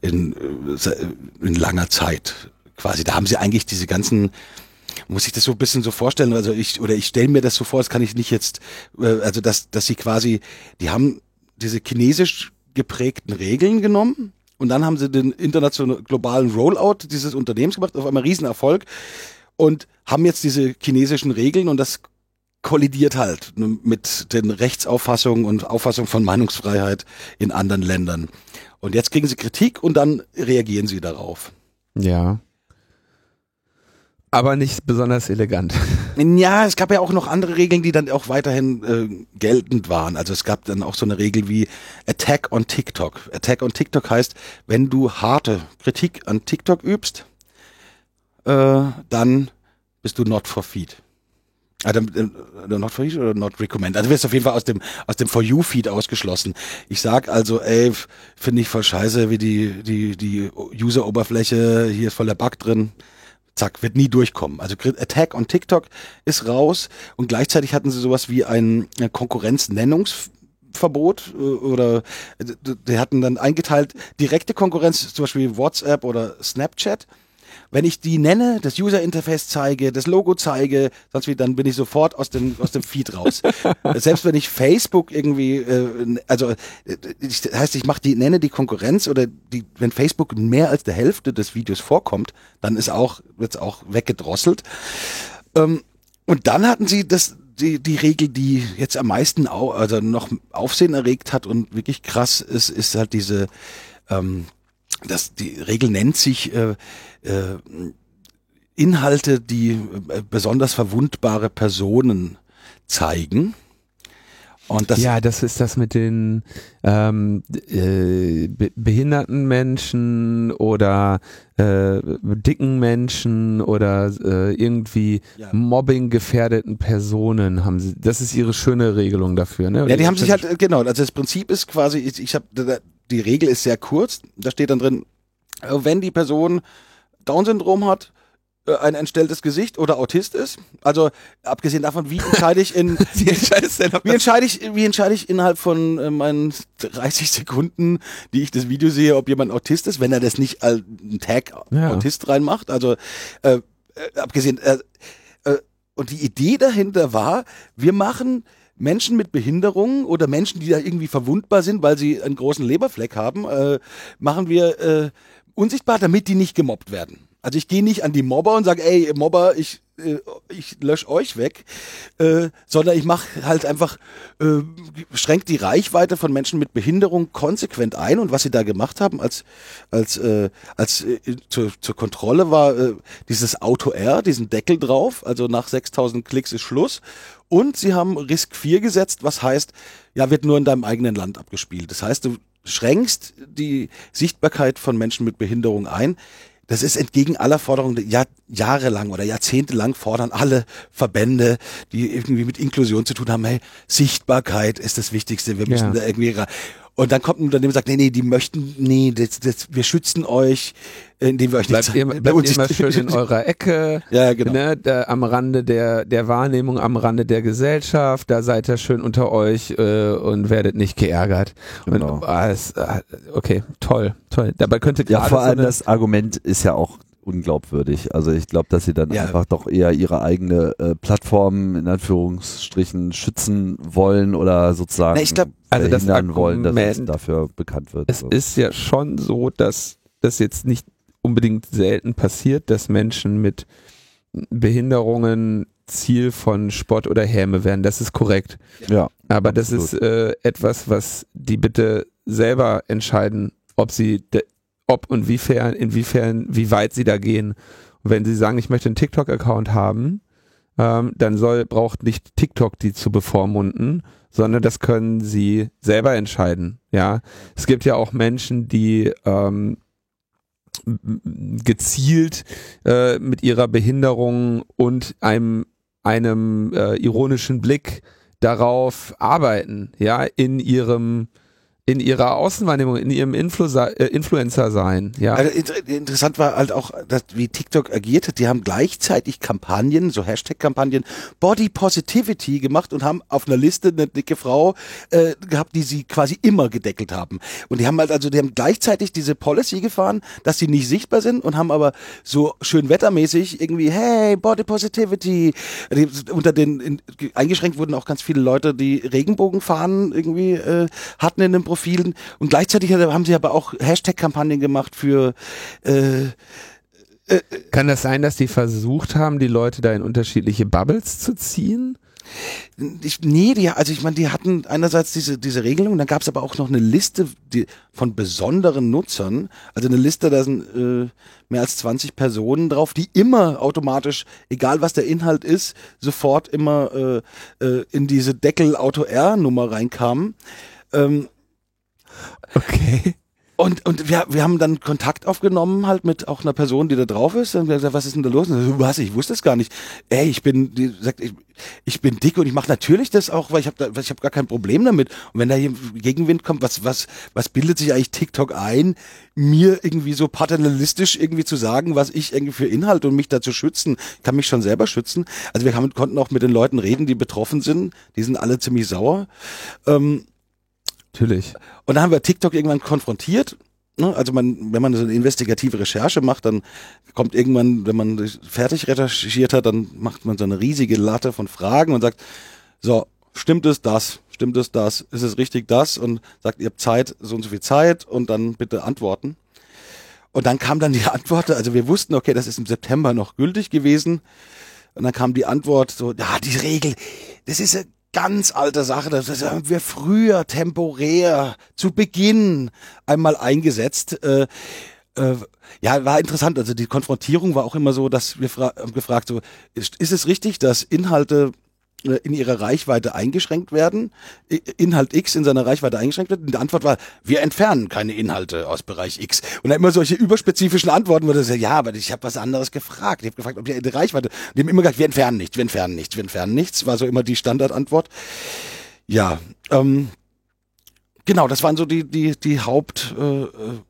langer Zeit. Quasi, da haben sie eigentlich diese ganzen, muss ich das so ein bisschen so vorstellen, also ich stelle mir das so vor, das kann ich nicht jetzt, dass sie quasi, die haben diese chinesisch geprägten Regeln genommen und dann haben sie den internationalen globalen Rollout dieses Unternehmens gemacht, auf einmal Riesenerfolg und haben jetzt diese chinesischen Regeln und das kollidiert halt mit den Rechtsauffassungen und Auffassungen von Meinungsfreiheit in anderen Ländern. Und jetzt kriegen sie Kritik und dann reagieren sie darauf. Ja. Aber nicht besonders elegant. Ja, es gab ja auch noch andere Regeln, die dann auch weiterhin geltend waren. Also es gab dann auch so eine Regel wie Attack on TikTok. Attack on TikTok heißt, wenn du harte Kritik an TikTok übst, dann bist du not for feed. Not for feed oder not recommend. Also du wirst auf jeden Fall aus dem For You Feed ausgeschlossen. Ich sag also, finde ich voll scheiße, wie die User-Oberfläche, hier ist voll der Bug drin. Zack, wird nie durchkommen. Also Attack on TikTok ist raus und gleichzeitig hatten sie sowas wie ein Konkurrenznennungsverbot oder die hatten dann eingeteilt, direkte Konkurrenz, zum Beispiel WhatsApp oder Snapchat. Wenn ich die nenne, das User-Interface zeige, das Logo zeige, sonst wie, dann bin ich sofort aus dem Feed raus. Selbst wenn ich Facebook irgendwie, nenne die Konkurrenz oder wenn Facebook mehr als der Hälfte des Videos vorkommt, dann wird's auch weggedrosselt. Und dann hatten sie die Regel, die jetzt am meisten noch Aufsehen erregt hat und wirklich krass ist halt diese, die Regel nennt sich Inhalte, die besonders verwundbare Personen zeigen. Und das das ist das mit den behinderten Menschen oder dicken Menschen oder irgendwie mobbing-gefährdeten Personen haben sie. Das ist ihre schöne Regelung dafür, ne? Ja, die haben sich halt, genau, also das Prinzip ist quasi, die Regel ist sehr kurz, da steht dann drin, wenn die Person Down-Syndrom hat, ein entstelltes Gesicht oder Autist ist. Also abgesehen davon, wie entscheide ich wie entscheide ich innerhalb von meinen 30 Sekunden, die ich das Video sehe, ob jemand Autist ist, wenn er das nicht als einen Tag Autist reinmacht. Also abgesehen und die Idee dahinter war, wir machen Menschen mit Behinderungen oder Menschen, die da irgendwie verwundbar sind, weil sie einen großen Leberfleck haben, machen wir unsichtbar, damit die nicht gemobbt werden. Also ich gehe nicht an die Mobber und sage, ey Mobber, ich lösche euch weg, sondern ich mache halt einfach, schränkt die Reichweite von Menschen mit Behinderung konsequent ein. Und was sie da gemacht haben zur Kontrolle war dieses Auto-R, diesen Deckel drauf, also nach 6000 Klicks ist Schluss. Und sie haben Risk 4 gesetzt, was heißt, wird nur in deinem eigenen Land abgespielt. Das heißt, du schränkst die Sichtbarkeit von Menschen mit Behinderung ein. Das ist entgegen aller Forderungen, jahrelang oder jahrzehntelang fordern alle Verbände, die irgendwie mit Inklusion zu tun haben, hey, Sichtbarkeit ist das Wichtigste, wir müssen da irgendwie und dann kommt ein Unternehmen und sagt, wir schützen euch, indem wir euch bleibt immer schön in eurer Ecke, ne, am Rande der Wahrnehmung, am Rande der Gesellschaft, da seid ihr schön unter euch und werdet nicht geärgert. Genau. Und, okay, toll. Dabei könnte gerade vor allem das Argument ist ja auch unglaubwürdig. Also ich glaube, dass sie dann einfach doch eher ihre eigene Plattform in Anführungsstrichen schützen wollen oder sozusagen verhindern wollen, dass es dafür bekannt wird. Es ist ja schon so, dass das jetzt nicht unbedingt selten passiert, dass Menschen mit Behinderungen Ziel von Spott oder Häme werden. Das ist korrekt. Ja, aber absolut. Das ist etwas, was die bitte selber entscheiden, ob und inwiefern, wie weit sie da gehen. Und wenn sie sagen, ich möchte einen TikTok-Account haben, dann braucht nicht TikTok die zu bevormunden, sondern das können sie selber entscheiden. Ja, es gibt ja auch Menschen, die gezielt mit ihrer Behinderung und einem ironischen Blick darauf arbeiten, ja, in ihrer Außenwahrnehmung, in ihrem Influencer sein, ja. Also interessant war halt auch, wie TikTok agiert hat. Die haben gleichzeitig Kampagnen, so Hashtag-Kampagnen, Body Positivity gemacht und haben auf einer Liste eine dicke Frau gehabt, die sie quasi immer gedeckelt haben. Und die haben gleichzeitig diese Policy gefahren, dass sie nicht sichtbar sind und haben aber so schön wettermäßig irgendwie, hey, Body Positivity. Eingeschränkt wurden auch ganz viele Leute, die Regenbogenfahnen irgendwie hatten in dem Profilen und gleichzeitig haben sie aber auch Hashtag-Kampagnen gemacht für Kann das sein, dass die versucht haben, die Leute da in unterschiedliche Bubbles zu ziehen? Die hatten einerseits diese Regelung, dann gab es aber auch noch eine Liste von besonderen Nutzern, also eine Liste, da sind mehr als 20 Personen drauf, die immer automatisch, egal was der Inhalt ist, sofort immer in diese Deckel-Auto-R-Nummer reinkamen. Okay. Und wir haben dann Kontakt aufgenommen halt mit auch einer Person, die da drauf ist. Und wir haben gesagt, was ist denn da los? Und so, ich wusste es gar nicht. Ey, ich bin dick und ich mache natürlich das auch, weil ich hab gar kein Problem damit. Und wenn da hier Gegenwind kommt, was bildet sich eigentlich TikTok ein, mir irgendwie so paternalistisch irgendwie zu sagen, was ich irgendwie für Inhalt und mich dazu schützen, kann mich schon selber schützen. Also wir konnten auch mit den Leuten reden, die betroffen sind. Die sind alle ziemlich sauer. Natürlich. Und dann haben wir TikTok irgendwann konfrontiert. Also wenn man so eine investigative Recherche macht, dann kommt irgendwann, wenn man fertig recherchiert hat, dann macht man so eine riesige Latte von Fragen und sagt, so, stimmt es das? Stimmt es das? Ist es richtig das? Und sagt, ihr habt Zeit, so und so viel Zeit und dann bitte antworten. Und dann kam dann die Antwort, also wir wussten, okay, das ist im September noch gültig gewesen. Und dann kam die Antwort so, ja, die Regel, das ist eine ganz alte Sache, das haben wir früher temporär zu Beginn einmal eingesetzt. War interessant. Also die Konfrontierung war auch immer so, dass wir haben gefragt, so, ist es richtig, dass Inhalte in ihrer Reichweite eingeschränkt werden, Inhalt X in seiner Reichweite eingeschränkt wird. Und die Antwort war, wir entfernen keine Inhalte aus Bereich X. Und dann immer solche überspezifischen Antworten, wo das ja, aber ich habe was anderes gefragt. Ich habe gefragt, ob die Reichweite. Die haben immer gesagt, wir entfernen nichts, wir entfernen nichts, wir entfernen nichts. War so immer die Standardantwort. Ja, genau, das waren so die Hauptpunkte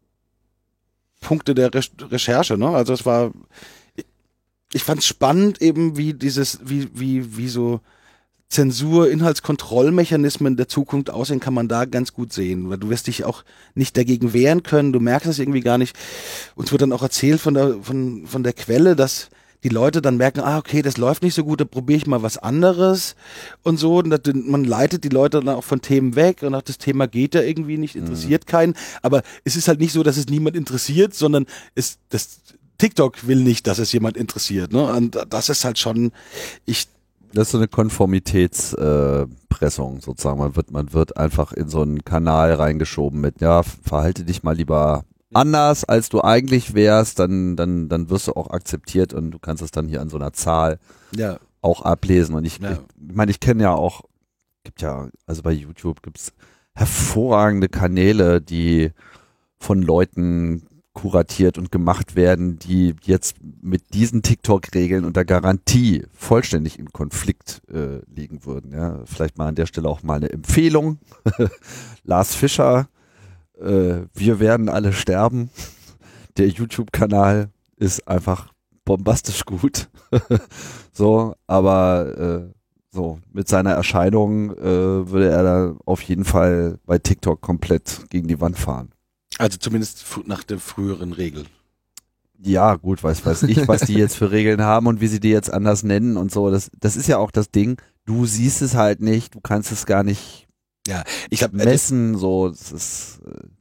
der Recherche. Ne? Also es war... Ich fand es spannend eben, wie so Zensur, Inhaltskontrollmechanismen der Zukunft aussehen, kann man da ganz gut sehen. Weil du wirst dich auch nicht dagegen wehren können, du merkst es irgendwie gar nicht. Uns wird dann auch erzählt von der Quelle, dass die Leute dann merken, okay, das läuft nicht so gut, da probiere ich mal was anderes und so. Und man leitet die Leute dann auch von Themen weg und auch das Thema geht ja irgendwie nicht, interessiert keinen. Aber es ist halt nicht so, dass es niemand interessiert, sondern TikTok will nicht, dass es jemand interessiert, ne? Und das ist halt schon, das ist so eine Konformitätspressung sozusagen. Man wird einfach in so einen Kanal reingeschoben mit, ja, verhalte dich mal lieber anders, als du eigentlich wärst, dann wirst du auch akzeptiert und du kannst es dann hier an so einer Zahl auch ablesen. Und ich meine, ich kenne ja auch, also bei YouTube gibt's hervorragende Kanäle, die von Leuten kuratiert und gemacht werden, die jetzt mit diesen TikTok-Regeln unter Garantie vollständig in Konflikt liegen würden. Ja, vielleicht mal an der Stelle auch mal eine Empfehlung. Lars Fischer, wir werden alle sterben. Der YouTube-Kanal ist einfach bombastisch gut. So, aber so mit seiner Erscheinung würde er da auf jeden Fall bei TikTok komplett gegen die Wand fahren. Also zumindest nach der früheren Regel. Ja, gut, weiß ich, was die jetzt für Regeln haben und wie sie die jetzt anders nennen und so. Das ist ja auch das Ding. Du siehst es halt nicht, du kannst es gar nicht messen. So, das ist.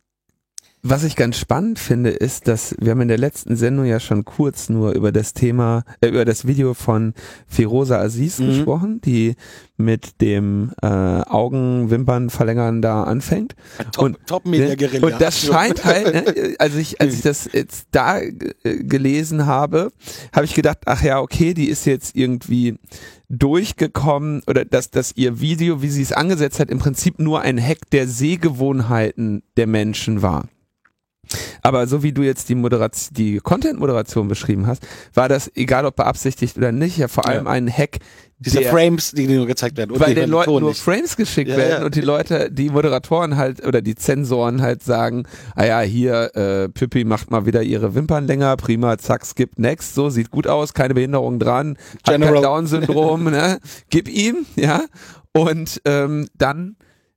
Was ich ganz spannend finde, ist, dass wir haben in der letzten Sendung ja schon kurz nur über das Thema, über das Video von Firoza Aziz gesprochen, die mit dem Augenwimpernverlängern da anfängt. Top-Media-Guerilla. Und das scheint halt, als ich das jetzt da gelesen habe ich gedacht, ach ja, okay, die ist jetzt irgendwie durchgekommen oder dass ihr Video, wie sie es angesetzt hat, im Prinzip nur ein Hack der Sehgewohnheiten der Menschen war. Aber so wie du jetzt die Content-Moderation beschrieben hast, war das, egal ob beabsichtigt oder nicht, ja vor allem ein Hack, diese Frames, die nur gezeigt werden. Weil den Leuten nur Frames geschickt werden und die Leute, die Moderatoren halt oder die Zensoren halt sagen, hier, Pippi macht mal wieder ihre Wimpern länger, prima, zack, skip, next, so, sieht gut aus, keine Behinderung dran, hat kein Down-Syndrom, ne, gib ihm, ja, und dann,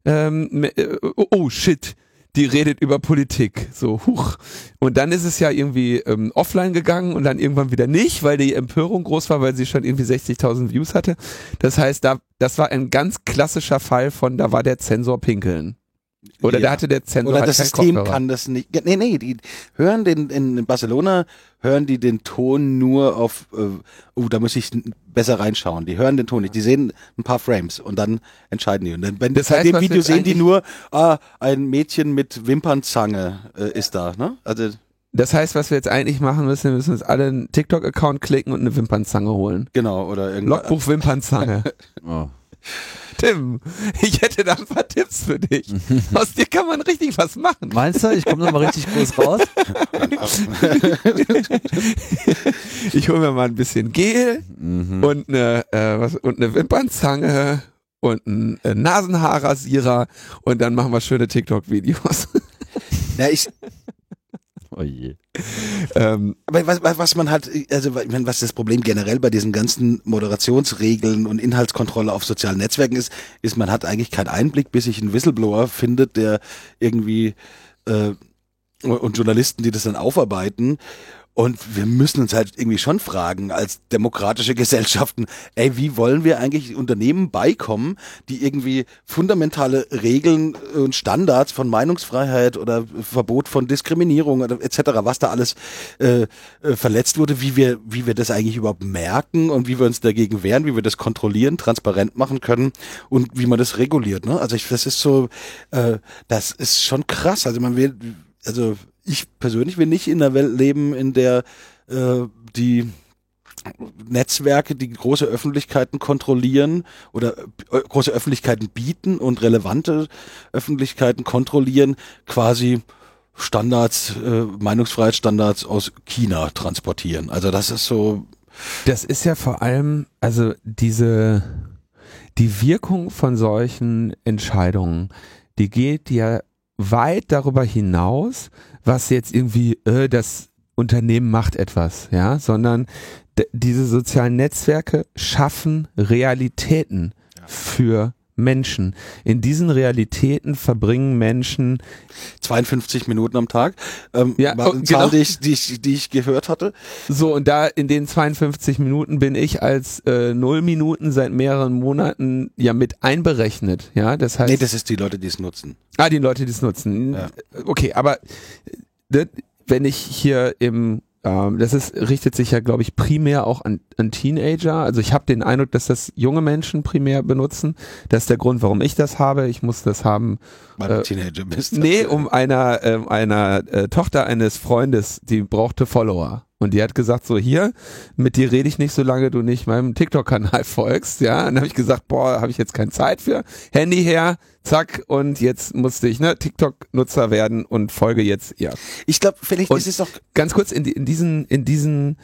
oh shit, die redet über Politik, so, huch. Und dann ist es ja irgendwie offline gegangen und dann irgendwann wieder nicht, weil die Empörung groß war, weil sie schon irgendwie 60.000 Views hatte. Das heißt, das war ein ganz klassischer Fall von, da war der Zensor pinkeln. Oder da hatte der Zensor oder das System kann das nicht. Nee, die hören in Barcelona hören die den Ton nur auf, da muss ich besser reinschauen. Die hören den Ton nicht. Die sehen ein paar Frames und dann entscheiden die. Und dann, bei dem Video sehen die nur, ein Mädchen mit Wimpernzange ist da, ne? Also. Das heißt, was wir jetzt eigentlich machen müssen, wir müssen uns alle einen TikTok-Account klicken und eine Wimpernzange holen. Genau, oder irgendwas. Logbuch Wimpernzange. Oh. Tim, ich hätte da ein paar Tipps für dich. Aus dir kann man richtig was machen. Meinst du, ich komme nochmal richtig groß raus? Ich hole mir mal ein bisschen Gel und eine Wimpernzange und einen Nasenhaarrasierer und dann machen wir schöne TikTok-Videos. Ja, Oh je. Aber was man halt, also was das Problem generell bei diesen ganzen Moderationsregeln und Inhaltskontrolle auf sozialen Netzwerken ist, man hat eigentlich keinen Einblick, bis sich ein Whistleblower findet, der irgendwie und Journalisten, die das dann aufarbeiten. Und wir müssen uns halt irgendwie schon fragen, als demokratische Gesellschaften, wie wollen wir eigentlich Unternehmen beikommen, die irgendwie fundamentale Regeln und Standards von Meinungsfreiheit oder Verbot von Diskriminierung oder etc., was da alles verletzt wurde, wie wir das eigentlich überhaupt merken und wie wir uns dagegen wehren, wie wir das kontrollieren, transparent machen können und wie man das reguliert. Ne? Also das ist so, das ist schon krass. Also ich persönlich will nicht in einer Welt leben, in der die Netzwerke, die große Öffentlichkeiten kontrollieren oder große Öffentlichkeiten bieten und relevante Öffentlichkeiten kontrollieren, quasi Standards, Meinungsfreiheitsstandards aus China transportieren. Also das ist so. Das ist ja vor allem, also die Wirkung von solchen Entscheidungen, die geht ja weit darüber hinaus, was jetzt irgendwie, das Unternehmen macht etwas, ja, sondern diese sozialen Netzwerke schaffen Realitäten für Menschen. In diesen Realitäten verbringen Menschen 52 Minuten am Tag. Ja, war eine Zahl, die ich gehört hatte. So, und da in den 52 Minuten bin ich als 0 Minuten seit mehreren Monaten ja mit einberechnet. Ja, das heißt. Nee, das ist die Leute, die es nutzen. Ah, die Leute, die es nutzen. Ja. Okay, aber wenn ich hier richtet sich ja, glaube ich, primär auch an Teenager. Also ich habe den Eindruck, dass das junge Menschen primär benutzen. Das ist der Grund, warum ich das habe. Ich muss das haben. Weil du Teenager bist. Nee, um einer Tochter eines Freundes, die brauchte Follower. Und die hat gesagt, so hier, mit dir rede ich nicht, solange du nicht meinem TikTok-Kanal folgst. Ja, und dann habe ich gesagt, habe ich jetzt keine Zeit für. Handy her, zack, und jetzt musste ich TikTok-Nutzer werden und folge jetzt ihr. Ich glaube, vielleicht ist es doch ganz kurz in diesen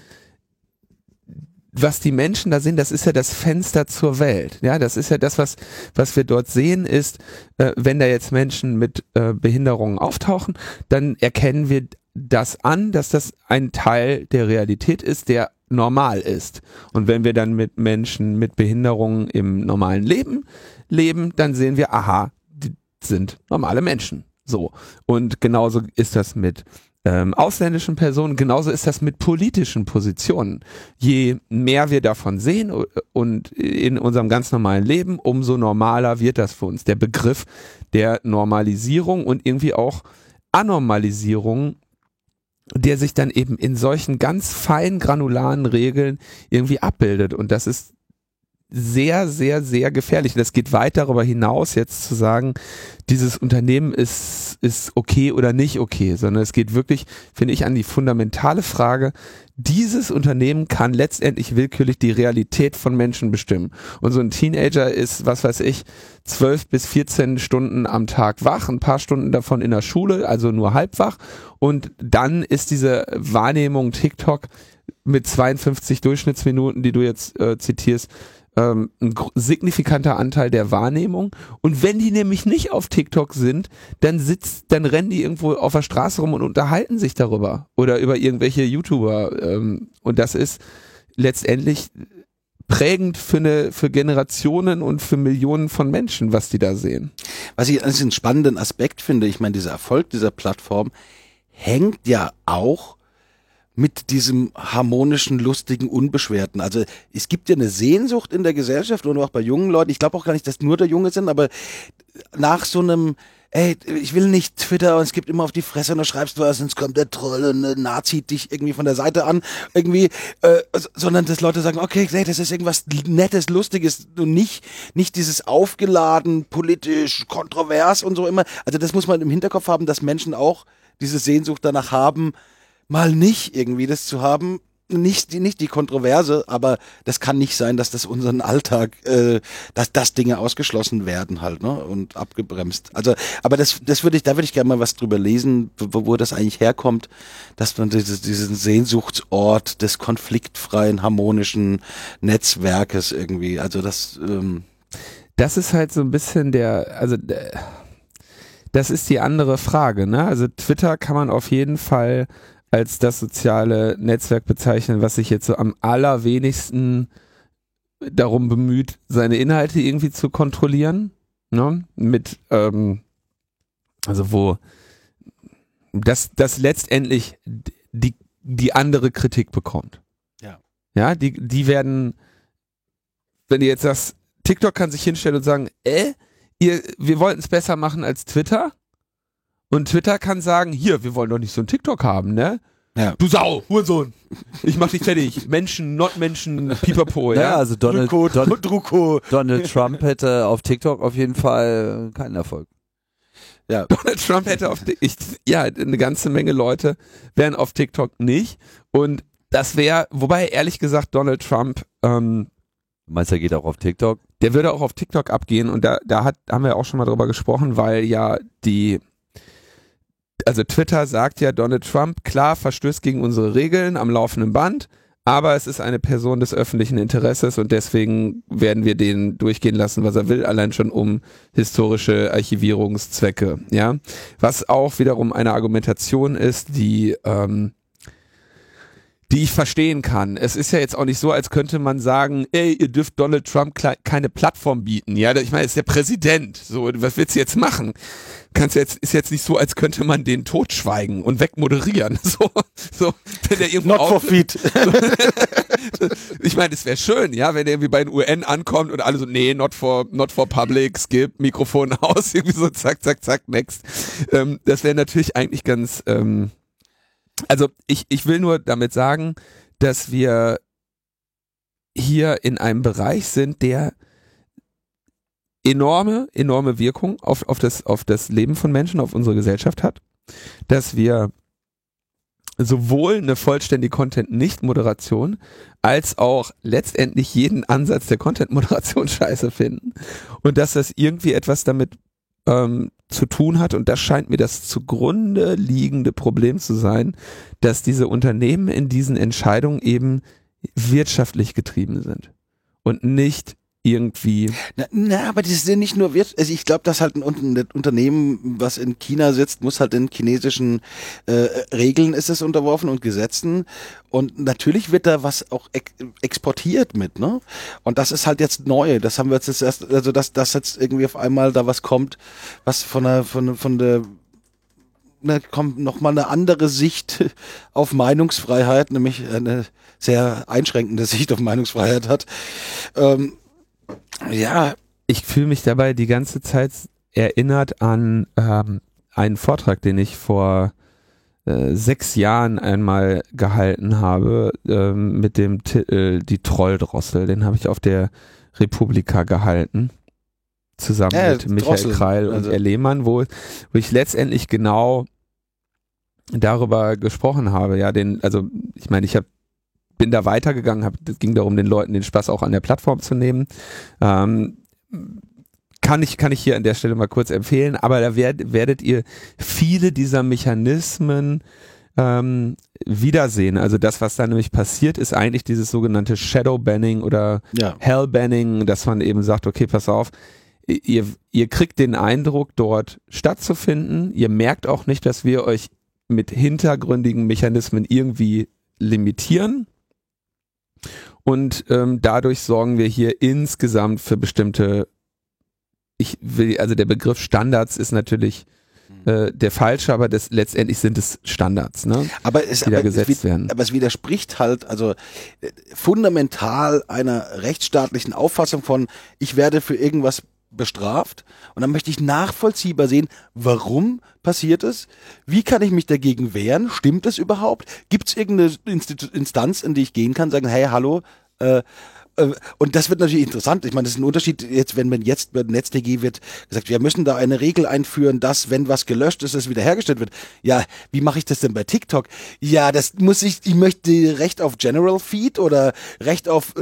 was die Menschen da sehen, das ist ja das Fenster zur Welt. Ja, das ist ja das, was wir dort sehen, ist, wenn da jetzt Menschen mit Behinderungen auftauchen, dann erkennen wir das an, dass das ein Teil der Realität ist, der normal ist. Und wenn wir dann mit Menschen mit Behinderungen im normalen Leben leben, dann sehen wir, aha, die sind normale Menschen. So. Und genauso ist das mit ausländischen Personen, genauso ist das mit politischen Positionen. Je mehr wir davon sehen und in unserem ganz normalen Leben, umso normaler wird das für uns. Der Begriff der Normalisierung und irgendwie auch Anormalisierung, der sich dann eben in solchen ganz fein granularen Regeln irgendwie abbildet. Und das ist sehr, sehr, sehr gefährlich. Das geht weit darüber hinaus, jetzt zu sagen, dieses Unternehmen ist okay oder nicht okay, sondern es geht wirklich, finde ich, an die fundamentale Frage, dieses Unternehmen kann letztendlich willkürlich die Realität von Menschen bestimmen. Und so ein Teenager ist, 12 bis 14 Stunden am Tag wach, ein paar Stunden davon in der Schule, also nur halb wach. Und dann ist diese Wahrnehmung TikTok mit 52 Durchschnittsminuten, die du jetzt zitierst, ein signifikanter Anteil der Wahrnehmung. Und wenn die nämlich nicht auf TikTok sind, dann rennen die irgendwo auf der Straße rum und unterhalten sich darüber oder über irgendwelche YouTuber. Und das ist letztendlich prägend für Generationen und für Millionen von Menschen, was die da sehen. Was ich als einen spannenden Aspekt finde, ich meine, dieser Erfolg dieser Plattform hängt ja auch mit diesem harmonischen, lustigen, unbeschwerten. Also es gibt ja eine Sehnsucht in der Gesellschaft und auch bei jungen Leuten. Ich glaube auch gar nicht, dass nur der Junge sind, aber nach so einem, ich will nicht Twitter und es gibt immer auf die Fresse und du schreibst was, sonst kommt der Troll und ein Nazi dich irgendwie von der Seite an, irgendwie, sondern dass Leute sagen, okay, das ist irgendwas Nettes, Lustiges und nicht dieses aufgeladen, politisch, kontrovers und so immer. Also das muss man im Hinterkopf haben, dass Menschen auch diese Sehnsucht danach haben, mal nicht irgendwie das zu haben, nicht die Kontroverse, aber das kann nicht sein, dass das unseren Alltag, dass Dinge ausgeschlossen werden halt, ne, und abgebremst. Also, aber da würde ich gerne mal was drüber lesen, wo das eigentlich herkommt, dass man diesen Sehnsuchtsort des konfliktfreien, harmonischen Netzwerkes irgendwie, also das ist halt so ein bisschen das ist die andere Frage, ne? Also Twitter kann man auf jeden Fall als das soziale Netzwerk bezeichnen, was sich jetzt so am allerwenigsten darum bemüht, seine Inhalte irgendwie zu kontrollieren, ne? Mit, also wo das letztendlich die andere Kritik bekommt. Ja. Ja, die werden, wenn du jetzt sagst, TikTok kann sich hinstellen und sagen, wir wollten es besser machen als Twitter. Und Twitter kann sagen, hier, wir wollen doch nicht so ein TikTok haben, ne? Ja. Du Sau, Hurensohn. Ich mach dich fertig. Menschen, not Menschen, pipapo, ja? Ja, also Donald Trump hätte auf TikTok auf jeden Fall keinen Erfolg. Ja. Donald Trump hätte eine ganze Menge Leute wären auf TikTok nicht. Und Das wäre, wobei ehrlich gesagt Donald Trump, Meinst du, er geht auch auf TikTok? der würde auch auf TikTok abgehen und da haben wir auch schon mal drüber gesprochen, weil ja also Twitter sagt ja, Donald Trump, klar, verstößt gegen unsere Regeln am laufenden Band, aber es ist eine Person des öffentlichen Interesses und deswegen werden wir den durchgehen lassen, was er will, allein schon um historische Archivierungszwecke, ja. Was auch wiederum eine Argumentation ist, die ich verstehen kann. Es ist ja jetzt auch nicht so, als könnte man sagen, ey, ihr dürft Donald Trump keine Plattform bieten. Ja, ich meine, er ist der Präsident. So, was willst du jetzt machen? Ist jetzt nicht so, als könnte man den totschweigen und wegmoderieren. So, wenn der irgendwo Not for feet. Ich meine, es wäre schön, ja, wenn der irgendwie bei den UN ankommt und alle so, nee, not for public, skip, Mikrofon aus, irgendwie so zack, zack, zack, next. Das wäre natürlich eigentlich ganz, also ich will nur damit sagen, dass wir hier in einem Bereich sind, der enorme Wirkung auf das Leben von Menschen, auf unsere Gesellschaft hat, dass wir sowohl eine vollständige Content-Nicht-Moderation als auch letztendlich jeden Ansatz der Content-Moderation scheiße finden und dass das irgendwie etwas damit zu tun hat und das scheint mir das zugrunde liegende Problem zu sein, dass diese Unternehmen in diesen Entscheidungen eben wirtschaftlich getrieben sind und nicht irgendwie. Aber das sind nicht nur also ich glaube, dass halt ein Unternehmen, was in China sitzt, muss halt in chinesischen Regeln ist es unterworfen und Gesetzen und natürlich wird da was auch exportiert mit, ne? Und das ist halt jetzt neu. Das haben wir jetzt erst, also dass jetzt irgendwie auf einmal da was kommt, was von der kommt nochmal eine andere Sicht auf Meinungsfreiheit, nämlich eine sehr einschränkende Sicht auf Meinungsfreiheit hat. Ja. Ich fühle mich dabei die ganze Zeit erinnert an einen Vortrag, den ich vor 6 Jahren einmal gehalten habe, mit dem Titel Die Trolldrossel. Den habe ich auf der Republika gehalten, zusammen mit Michael Kreil und R. Lehmann, wo ich letztendlich genau darüber gesprochen habe. Ja, ich meine, bin da weitergegangen, es ging darum, den Leuten den Spaß auch an der Plattform zu nehmen. Kann ich hier an der Stelle mal kurz empfehlen, aber da werdet ihr viele dieser Mechanismen wiedersehen. Also das, was da nämlich passiert, ist eigentlich dieses sogenannte Shadow-Banning oder Hell-Banning, dass man eben sagt, okay, pass auf, ihr kriegt den Eindruck, dort stattzufinden. Ihr merkt auch nicht, dass wir euch mit hintergründigen Mechanismen irgendwie limitieren. Und dadurch sorgen wir hier insgesamt für bestimmte, also der Begriff Standards ist natürlich der falsche, aber letztendlich sind es Standards, ne? Die da gesetzt werden. Aber es widerspricht halt also fundamental einer rechtsstaatlichen Auffassung von, ich werde für irgendwas bestraft und dann möchte ich nachvollziehbar sehen, warum passiert es, wie kann ich mich dagegen wehren, stimmt es überhaupt, gibt es irgendeine Instanz, in die ich gehen kann, sagen, hey, hallo, und das wird natürlich interessant. Ich meine, das ist ein Unterschied, jetzt, wenn man jetzt bei NetzDG wird gesagt, wir müssen da eine Regel einführen, dass, wenn was gelöscht ist, es wiederhergestellt wird. Ja, wie mache ich das denn bei TikTok? Ja, ich möchte Recht auf General Feed oder Recht auf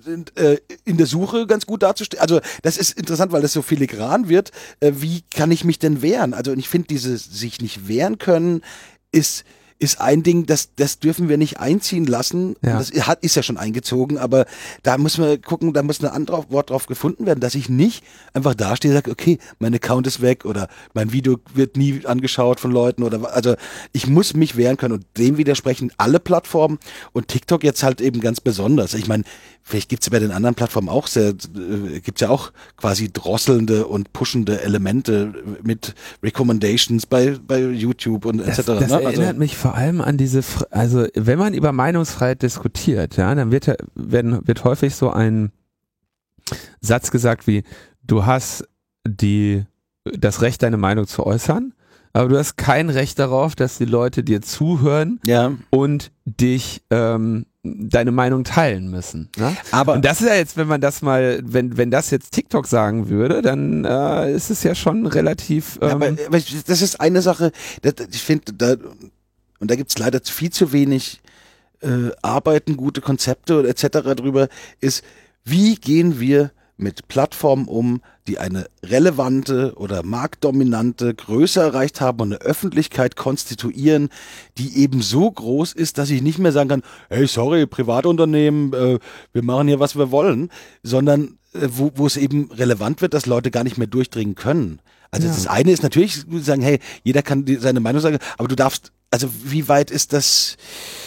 in der Suche ganz gut darzustellen. Also, das ist interessant, weil das so filigran wird. Wie kann ich mich denn wehren? Also, und ich finde, dieses sich nicht wehren können ist ein Ding, das dürfen wir nicht einziehen lassen. Ja. Das ist ja schon eingezogen, aber da müssen wir gucken, da muss ein anderes Wort drauf gefunden werden, dass ich nicht einfach dastehe und sage, okay, mein Account ist weg oder mein Video wird nie angeschaut von Leuten oder also ich muss mich wehren können und dem widersprechen alle Plattformen und TikTok jetzt halt eben ganz besonders. Ich meine, vielleicht gibt's bei den anderen Plattformen auch gibt's ja auch quasi drosselnde und pushende Elemente mit Recommendations bei YouTube und etc. Das erinnert mich vor allem an also wenn man über Meinungsfreiheit diskutiert, ja, dann wird häufig so ein Satz gesagt wie, du hast das Recht, deine Meinung zu äußern, aber du hast kein Recht darauf, dass die Leute dir zuhören und dich deine Meinung teilen müssen. Ne? Und das ist ja jetzt, wenn man das mal, wenn das jetzt TikTok sagen würde, dann ist es ja schon relativ. Aber das ist eine Sache, ich finde, und da gibt's leider viel zu wenig arbeiten, gute Konzepte etc. drüber, ist, wie gehen wir mit Plattformen um, die eine relevante oder marktdominante Größe erreicht haben und eine Öffentlichkeit konstituieren, die eben so groß ist, dass ich nicht mehr sagen kann, hey, sorry, Privatunternehmen, wir machen hier, was wir wollen, sondern wo es eben relevant wird, dass Leute gar nicht mehr durchdringen können. Also das eine ist natürlich sagen, hey, jeder kann seine Meinung sagen, aber du darfst, also wie weit ist das?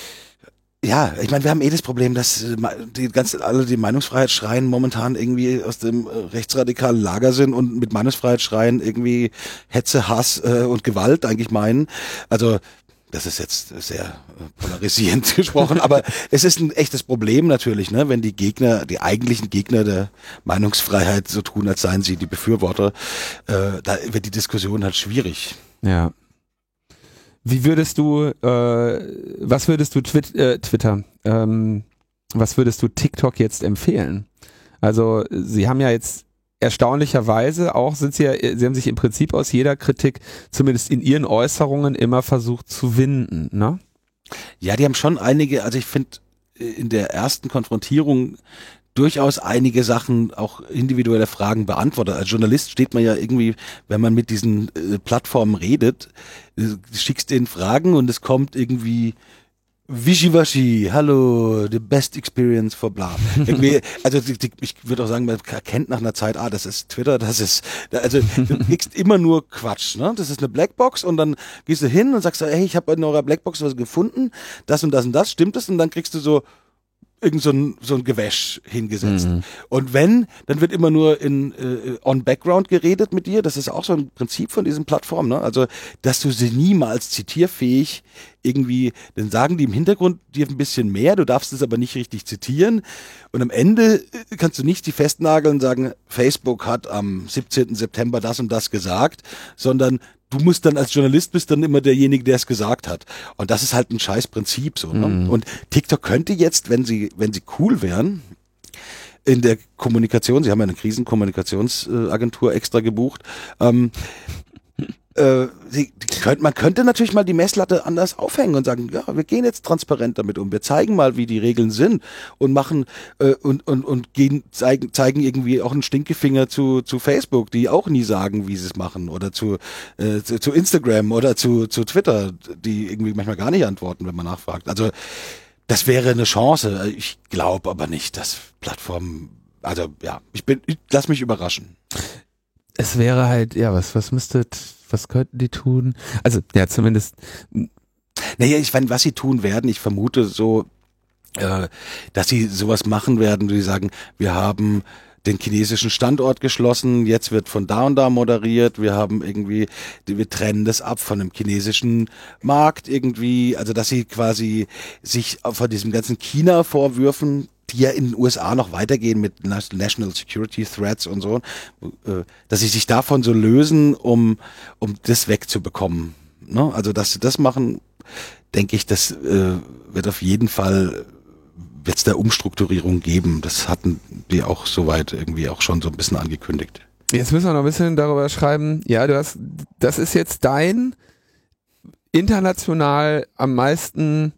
Ja, ich meine, wir haben das Problem, dass alle die Meinungsfreiheit schreien momentan irgendwie aus dem rechtsradikalen Lager sind und mit Meinungsfreiheit schreien irgendwie Hetze, Hass und Gewalt eigentlich meinen. Also das ist jetzt sehr polarisierend gesprochen, aber es ist ein echtes Problem natürlich, ne, wenn die eigentlichen Gegner der Meinungsfreiheit so tun, als seien sie die Befürworter, da wird die Diskussion halt schwierig. Ja. Wie würdest du, was würdest du Twitter, was würdest du TikTok jetzt empfehlen? Also sie haben ja jetzt erstaunlicherweise auch, sie haben sich im Prinzip aus jeder Kritik, zumindest in ihren Äußerungen, immer versucht zu winden, ne? Ja, die haben schon einige, also ich finde in der ersten Konfrontierung durchaus einige Sachen, auch individuelle Fragen beantwortet. Als Journalist steht man ja irgendwie, wenn man mit diesen Plattformen redet, schickst denen Fragen und es kommt irgendwie Wischiwaschi, hallo, the best experience for bla. Irgendwie, also ich würde auch sagen, man erkennt nach einer Zeit, das ist Twitter, also du kriegst immer nur Quatsch, ne? Das ist eine Blackbox und dann gehst du hin und sagst, hey, ich habe in eurer Blackbox was gefunden, das und das und das, stimmt es? Und dann kriegst du so irgend so ein Gewäsch hingesetzt. Mhm. Und dann wird immer nur on Background geredet mit dir. Das ist auch so ein Prinzip von diesen Plattformen, ne? Also, dass du sie niemals zitierfähig irgendwie, dann sagen die im Hintergrund dir ein bisschen mehr, du darfst es aber nicht richtig zitieren. Und am Ende kannst du nicht die festnageln und sagen, Facebook hat am 17. September das und das gesagt, sondern du musst dann als Journalist bist dann immer derjenige, der es gesagt hat. Und das ist halt ein scheiß Prinzip so. Ne? Mhm. Und TikTok könnte jetzt, wenn sie cool wären, in der Kommunikation, sie haben ja eine Krisenkommunikationsagentur extra gebucht, man könnte natürlich mal die Messlatte anders aufhängen und sagen, ja, wir gehen jetzt transparent damit um, wir zeigen mal, wie die Regeln sind und machen zeigen irgendwie auch einen Stinkefinger zu Facebook, die auch nie sagen, wie sie es machen, oder zu Instagram oder zu Twitter, die irgendwie manchmal gar nicht antworten, wenn man nachfragt. Also das wäre eine Chance. Ich glaube aber nicht, dass Plattformen, also ja, ich lass mich überraschen. Es wäre halt, ja, was könnten die tun? Also, ja, zumindest. Naja, ich meine, was sie tun werden, ich vermute so, dass sie sowas machen werden, die sagen, wir haben den chinesischen Standort geschlossen, jetzt wird von da und da moderiert, wir trennen das ab von dem chinesischen Markt irgendwie, also dass sie quasi sich von diesem ganzen China-Vorwürfen, die ja in den USA noch weitergehen mit National Security Threats und so, dass sie sich davon so lösen, um das wegzubekommen. Ne? Also, dass sie das machen, denke ich, das wird auf jeden Fall, wird es da Umstrukturierung geben. Das hatten die auch soweit irgendwie auch schon so ein bisschen angekündigt. Jetzt müssen wir noch ein bisschen darüber schreiben, ja, das ist jetzt dein international am meisten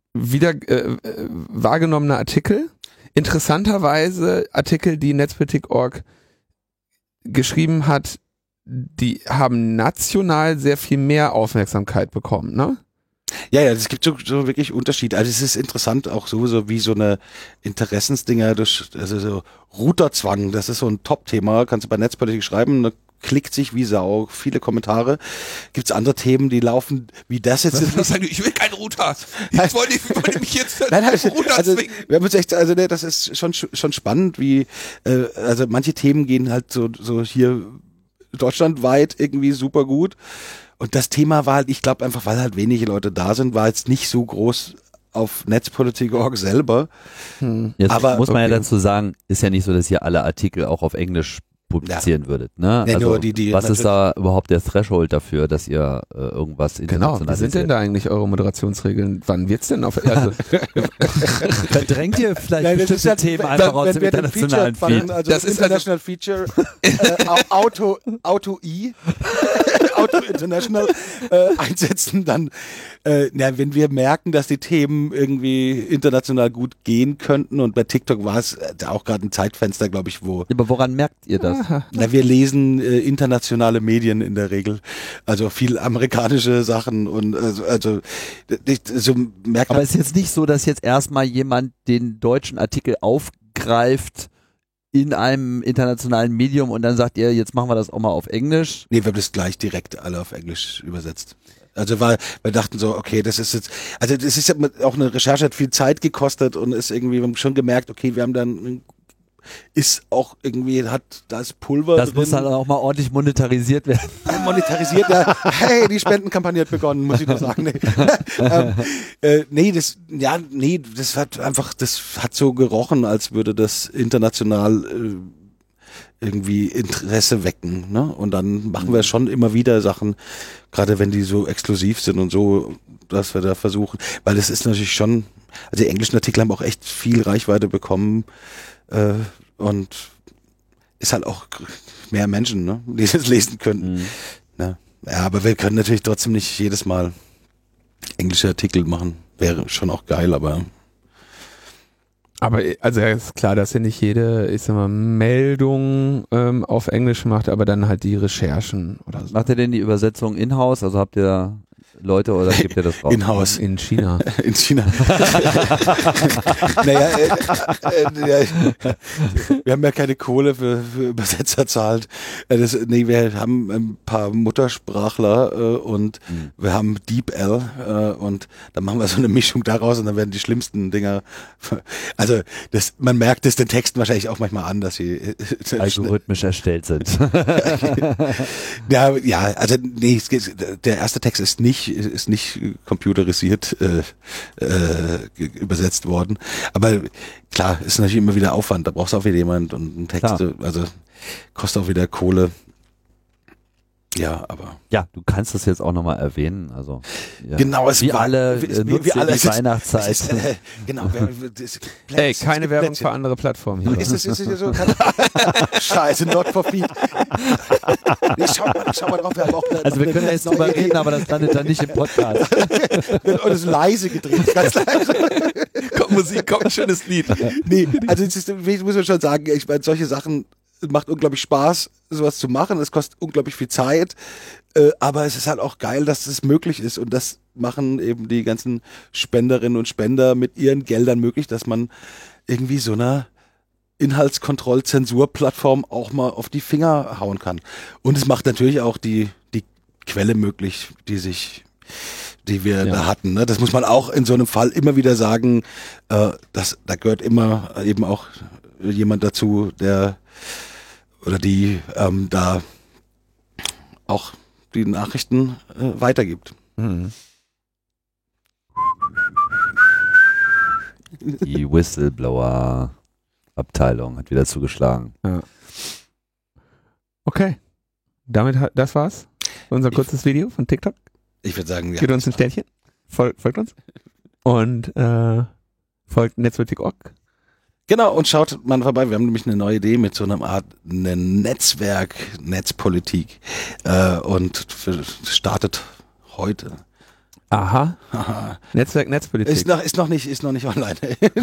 wahrgenommener Artikel. Interessanterweise Artikel, die Netzpolitik.org geschrieben hat, die haben national sehr viel mehr Aufmerksamkeit bekommen, ne? Ja, es gibt so wirklich Unterschiede. Also es ist interessant auch sowieso, wie so eine Interessensdinger also so Routerzwang, das ist so ein Top-Thema, kannst du bei Netzpolitik schreiben, da klickt sich wie Sau, viele Kommentare. Gibt's andere Themen, die laufen, wie das jetzt ist. Ich will keinen Router. Ich wollte mich jetzt Router zwingen. Wir haben uns echt, also ne, das ist schon spannend, wie also manche Themen gehen halt so hier deutschlandweit irgendwie super gut. Und das Thema war halt, ich glaube einfach, weil halt wenige Leute da sind, war jetzt nicht so groß auf Netzpolitik.org selber. Jetzt aber muss man ja dazu sagen, ist ja nicht so, dass hier alle Artikel auch auf Englisch publizieren würdet. Ne? Ja, Also, nur die was ist da überhaupt der Threshold dafür, dass ihr irgendwas Genau, internationalisiert? wie sind denn da eigentlich eure Moderationsregeln? Wann wird's denn auf... Also, Verdrängt ihr vielleicht Nein, das bestimmte ist ja, Themen einfach aus dem wir den internationalen Feature Feed? also Das ist International Feature, Auto-I, Auto International einsetzen, dann, wenn wir merken, dass die Themen irgendwie international gut gehen könnten, und bei TikTok war es auch gerade ein Zeitfenster, glaube ich, wo... Aber woran merkt ihr das? Na, wir lesen internationale Medien in der Regel, also viel amerikanische Sachen und so merkt Aber man. es ist jetzt nicht so, dass jetzt erstmal jemand den deutschen Artikel aufgreift in einem internationalen Medium und dann sagt ihr, jetzt machen wir das auch mal auf Englisch. Nee, wir haben das gleich direkt alle auf Englisch übersetzt. Also weil wir dachten so, okay, das ist jetzt, also das ist ja auch eine Recherche, hat viel Zeit gekostet und ist irgendwie, wir haben schon gemerkt, okay, wir haben dann ist auch irgendwie, da ist Pulver Das drin. muss dann auch mal ordentlich monetarisiert werden. Monetarisiert, ja. Hey, die Spendenkampagne hat begonnen, muss ich nur sagen. Nee. Das hat einfach, das hat so gerochen, als würde das international irgendwie Interesse wecken, ne? Und dann machen wir schon immer wieder Sachen, gerade wenn die so exklusiv sind und so, dass wir da versuchen, weil es ist natürlich schon, also die englischen Artikel haben auch echt viel Reichweite bekommen, und ist halt auch mehr Menschen, ne, die das lesen könnten. Ne? Ja, aber wir können natürlich trotzdem nicht jedes Mal englische Artikel machen. Wäre schon auch geil, aber also ja, ist klar, dass ihr nicht jede, ich sag mal, Meldung auf Englisch macht, aber dann halt die Recherchen oder so. Macht ihr denn die Übersetzung in-house? Also habt ihr Leute oder gebt ihr das raus? in-house. In China. In China. Naja, wir haben ja keine Kohle für Übersetzer zahlt. Wir haben ein paar Muttersprachler und wir haben DeepL und dann machen wir so eine Mischung daraus und dann werden die schlimmsten Dinger. Also man merkt es den Texten wahrscheinlich auch manchmal an, dass sie algorithmisch erstellt sind. Ja, also nee, der erste Text ist nicht computerisiert übersetzt worden. Aber klar, ist natürlich immer wieder Aufwand. Da brauchst du auch wieder jemand und einen Text, also kostet auch wieder Kohle. Ja, aber. Ja, du kannst das jetzt auch nochmal erwähnen. Also, ja. Genau, es wie war, alle wie alle die Weihnachtszeit. Genau. Ey, keine Werbung für andere Plattformen hier. Ist so? Scheiße, not for feed. Nee, schau mal drauf, wir haben auch Also wir können jetzt drüber reden, aber das landet dann nicht im Podcast. Und es ist leise gedreht, ganz leise. Kommt Musik, kommt ein schönes Lied. Nee, also ich muss schon sagen, ich meine, solche Sachen macht unglaublich Spaß, sowas zu machen. Es kostet unglaublich viel Zeit, aber es ist halt auch geil, dass es möglich ist, und das machen eben die ganzen Spenderinnen und Spender mit ihren Geldern möglich, dass man irgendwie so einer Inhaltskontroll-Zensurplattform auch mal auf die Finger hauen kann. Und es macht natürlich auch die Quelle möglich, die wir da hatten. Ne? Das muss man auch in so einem Fall immer wieder sagen, da gehört immer eben auch jemand dazu, der oder die da auch die Nachrichten weitergibt. Mhm. Die Whistleblower-Abteilung hat wieder zugeschlagen. Ja. Okay. Das war's. Unser kurzes Video von TikTok. Ich würde sagen, ja. Gebt uns ein Sternchen. Folgt uns. Und folgt Netzpolitik.org. Genau, und schaut mal vorbei. Wir haben nämlich eine neue Idee mit so einer Art Netzwerk, Netzpolitik. Und startet heute. Aha. Netzwerk, Netzpolitik. Ist noch nicht online.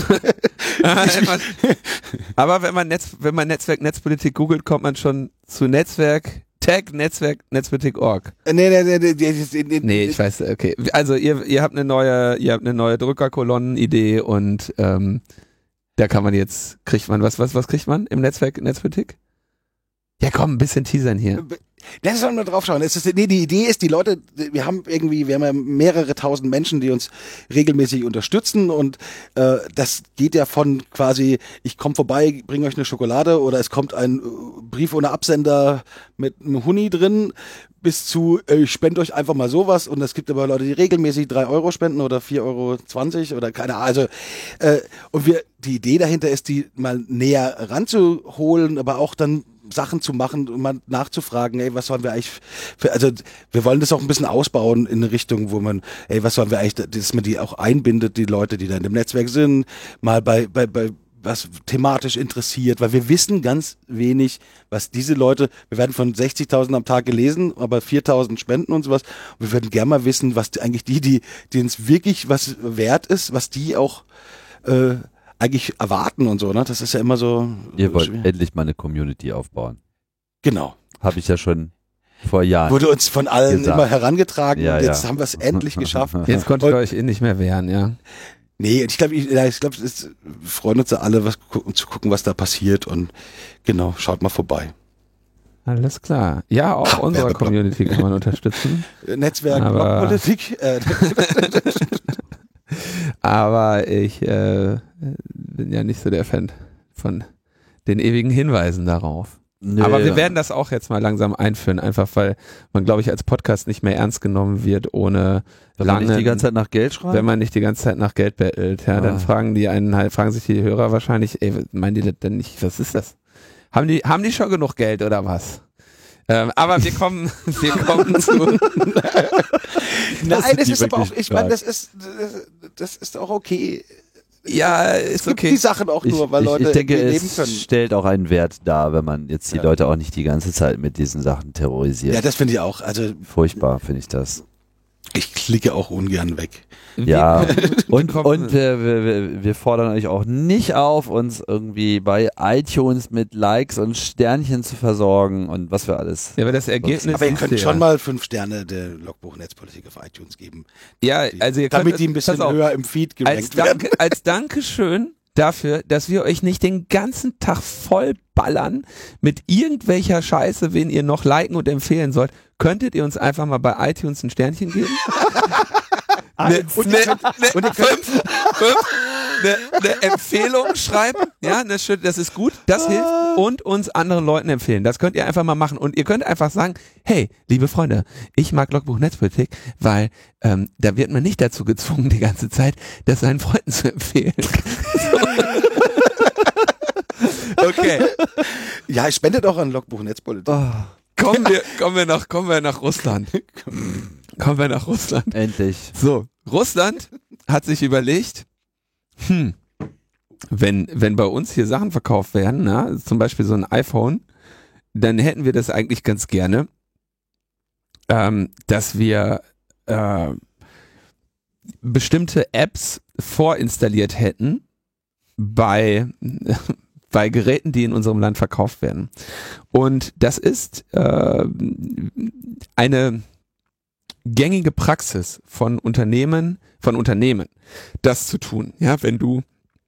Aber wenn man Netzwerk, Netzpolitik googelt, kommt man schon zu Netzwerk, Netzpolitik.org. Nee, ich weiß, okay. Also ihr habt eine neue Drückerkolonnen-Idee und da kann man jetzt, was kriegt man im Netzwerk Netzpolitik? Ja komm, ein bisschen teasern hier. Das sollen wir drauf schauen. Die Idee ist, die Leute, wir haben ja mehrere tausend Menschen, die uns regelmäßig unterstützen, und das geht ja von quasi, ich komme vorbei, bringe euch eine Schokolade, oder es kommt ein Brief ohne Absender mit einem Huni drin, bis zu, ich spende euch einfach mal sowas, und es gibt aber Leute, die regelmäßig 3 Euro spenden oder 4,20 Euro oder keine Ahnung. Also, und die Idee dahinter ist, die mal näher ranzuholen, aber auch dann Sachen zu machen und mal nachzufragen, ey, was sollen wir eigentlich also wir wollen das auch ein bisschen ausbauen in eine Richtung, wo man, ey, was sollen wir eigentlich, dass man die auch einbindet, die Leute, die da in dem Netzwerk sind, mal bei was thematisch interessiert, weil wir wissen ganz wenig, was diese Leute, wir werden von 60.000 am Tag gelesen, aber 4.000 spenden und sowas. Und wir würden gerne mal wissen, was eigentlich denen es wirklich was wert ist, was die auch eigentlich erwarten und so, ne? Das ist ja immer so. Ihr wollt endlich mal eine Community aufbauen. Genau. Habe ich ja schon vor Jahren. Wurde uns von allen gesagt. Immer herangetragen Ja, und jetzt ja. haben wir es endlich geschafft. Jetzt konntet ihr euch nicht mehr wehren, ja. Nee, ich glaube, es freuen uns ja alle, um zu gucken, was da passiert und genau, schaut mal vorbei. Alles klar. Ja, auch unsere Community kann man unterstützen. Netzwerk, Aber- Politik. Aber ich bin ja nicht so der Fan von den ewigen Hinweisen darauf. Nö, Aber wir werden das auch jetzt mal langsam einführen, einfach weil man, glaube ich, als Podcast nicht mehr ernst genommen wird, ohne wenn man nicht die ganze Zeit nach Geld schreibt. wenn man nicht die ganze Zeit nach Geld bettelt. Ja, dann fragen sich die Hörer wahrscheinlich, ey, meinen die das denn nicht, was ist das? Haben die schon genug Geld oder was? Aber wir kommen zu. Nein, das die ist aber auch, wirklich ich meine, das ist auch okay. Ja, Es ist gibt okay. die Sachen auch nur, weil Leute ich denke, leben es können. stellt auch einen Wert dar, wenn man jetzt die Leute auch nicht die ganze Zeit mit diesen Sachen terrorisiert. Ja, das finde ich auch. Also Furchtbar finde ich das. ich klicke auch ungern weg. Ja, und wir fordern euch auch nicht auf, uns irgendwie bei iTunes mit Likes und Sternchen zu versorgen und was für alles. Ja, aber das Ergebnis Aber ihr ist könnt ja. schon mal 5 Sterne der Logbuch Netzpolitik auf iTunes geben. Ja, also ihr könnt, Damit die ein bisschen pass auf, höher im Feed gerankt werden. als Dankeschön dafür, dass wir euch nicht den ganzen Tag voll ballern mit irgendwelcher Scheiße, wen ihr noch liken und empfehlen sollt, könntet ihr uns einfach mal bei iTunes ein Sternchen geben? Eine Empfehlung schreiben, ja, das ist gut, das hilft und uns anderen Leuten empfehlen. Das könnt ihr einfach mal machen und ihr könnt einfach sagen, hey, liebe Freunde, ich mag Logbuch Netzpolitik, weil da wird man nicht dazu gezwungen, die ganze Zeit das seinen Freunden zu empfehlen. Okay, Ja, ich spende doch an Logbuch Netzpolitik. kommen wir nach Russland. Kommen wir nach Russland. Endlich. So, Russland hat sich überlegt, wenn bei uns hier Sachen verkauft werden, na, zum Beispiel so ein iPhone, dann hätten wir das eigentlich ganz gerne, dass wir bestimmte Apps vorinstalliert hätten bei Geräten, die in unserem Land verkauft werden. Und das ist eine gängige Praxis von Unternehmen, das zu tun. Ja, wenn du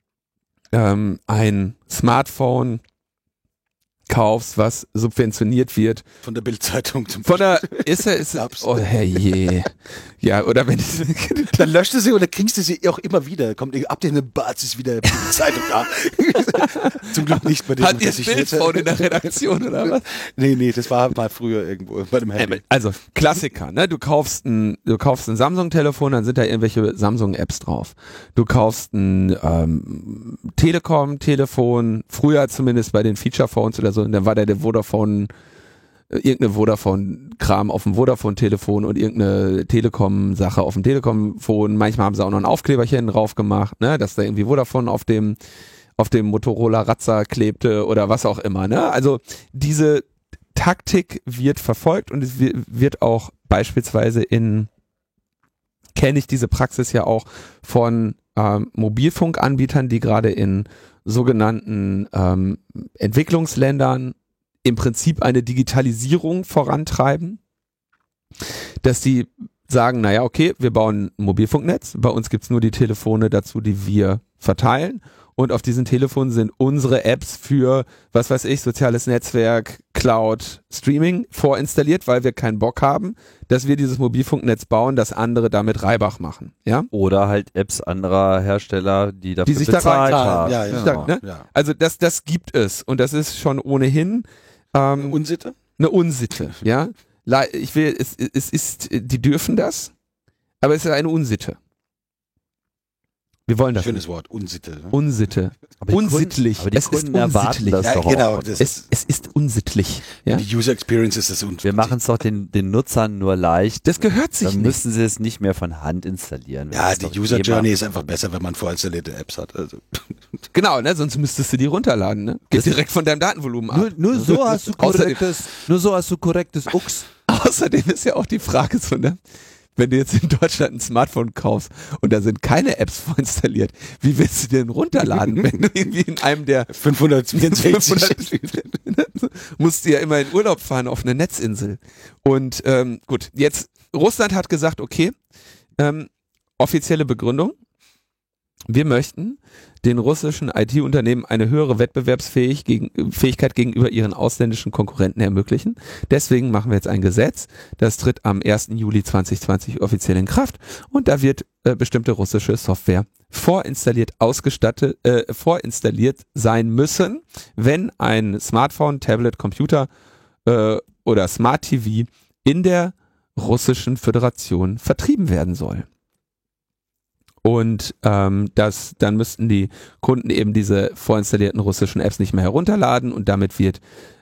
ein Smartphone kaufst, was subventioniert wird. Von der Bildzeitung zum Von der, ist oh herrje. Ja, oder wenn Dann löscht du sie oder kriegst du sie auch immer wieder. Kommt ab dir eine Basis wieder Bildzeitung da. Zum Glück nicht bei dem. hat ihr das Bildphone in der Redaktion oder was? Nee, das war mal früher irgendwo bei dem Handy. Also Klassiker, ne? Du kaufst ein Samsung-Telefon, dann sind da irgendwelche Samsung-Apps drauf. Du kaufst ein Telekom-Telefon, früher zumindest bei den Feature-Phones oder so, und dann war der Vodafone, irgendeine Vodafone-Kram auf dem Vodafone-Telefon und irgendeine Telekom-Sache auf dem Telekom-Phone. Manchmal haben sie auch noch ein Aufkleberchen drauf gemacht, ne? Dass da irgendwie Vodafone auf dem Motorola Razza klebte oder was auch immer, ne? Also diese Taktik wird verfolgt und es wird auch beispielsweise kenne ich diese Praxis ja auch von Mobilfunkanbietern, die gerade in sogenannten Entwicklungsländern im Prinzip eine Digitalisierung vorantreiben, dass die sagen, naja, okay, wir bauen ein Mobilfunknetz, bei uns gibt's nur die Telefone dazu, die wir verteilen und auf diesen Telefonen sind unsere Apps für, was weiß ich, soziales Netzwerk, Cloud, Streaming vorinstalliert, weil wir keinen Bock haben, dass wir dieses Mobilfunknetz bauen, dass andere damit Reibach machen, ja? Oder halt Apps anderer Hersteller, die dafür sich da bezahlt reinzahlen. haben. Ja, ja. Stark, ne? Ja. Also das gibt es und das ist schon ohnehin Unsitte? eine Unsitte, ja? Die dürfen das, aber es ist eine Unsitte. Wir wollen das. Schönes Wort, Unsitte. Ne? Unsitte. Unsittlich. Aber die Kunden erwarten das doch genau, auch. Es ist unsittlich. Ja? Die User Experience ist das unsittlich. Wir machen es doch den Nutzern nur leicht. Das gehört sich Dann nicht. müssen sie es nicht mehr von Hand installieren. Ja, die User Journey ist einfach besser, wenn man vorinstallierte Apps hat. Also. Genau, ne? Sonst müsstest du die runterladen. Ne? Geht direkt von deinem Datenvolumen ab. Nur so hast du korrektes Ux. Außerdem ist ja auch die Frage so, ne? Wenn du jetzt in Deutschland ein Smartphone kaufst und da sind keine Apps vorinstalliert, wie willst du die denn runterladen, wenn du irgendwie in einem der 564 musst du ja immer in Urlaub fahren auf eine Netzinsel. Und gut, jetzt Russland hat gesagt, okay, offizielle Begründung, wir möchten den russischen IT-Unternehmen eine höhere Wettbewerbsfähigkeit gegenüber ihren ausländischen Konkurrenten ermöglichen. Deswegen machen wir jetzt ein Gesetz, das tritt am 1. Juli 2020 offiziell in Kraft und da wird bestimmte russische Software vorinstalliert sein müssen, wenn ein Smartphone, Tablet, Computer oder Smart TV in der Russischen Föderation vertrieben werden soll. Und dann müssten die Kunden eben diese vorinstallierten russischen Apps nicht mehr herunterladen und damit wird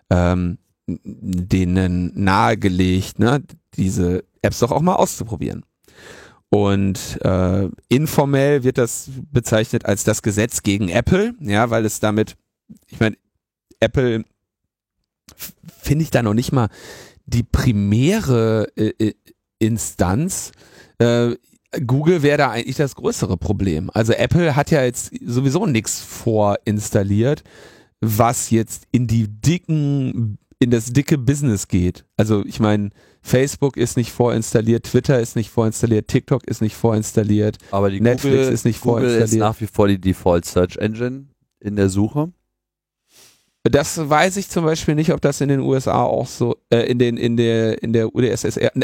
denen nahegelegt, ne, diese Apps doch auch mal auszuprobieren. Und informell wird das bezeichnet als das Gesetz gegen Apple, ja, weil es damit, ich meine, Apple finde ich da noch nicht mal die primäre Instanz. Google wäre da eigentlich das größere Problem. Also Apple hat ja jetzt sowieso nichts vorinstalliert, was jetzt in das dicke Business geht. Also ich meine, Facebook ist nicht vorinstalliert, Twitter ist nicht vorinstalliert, TikTok ist nicht vorinstalliert, Aber die Netflix ist nicht vorinstalliert. Google ist nach wie vor die Default Search Engine in der Suche. Das weiß ich zum Beispiel nicht, ob das in den USA auch so, in der UdSSR,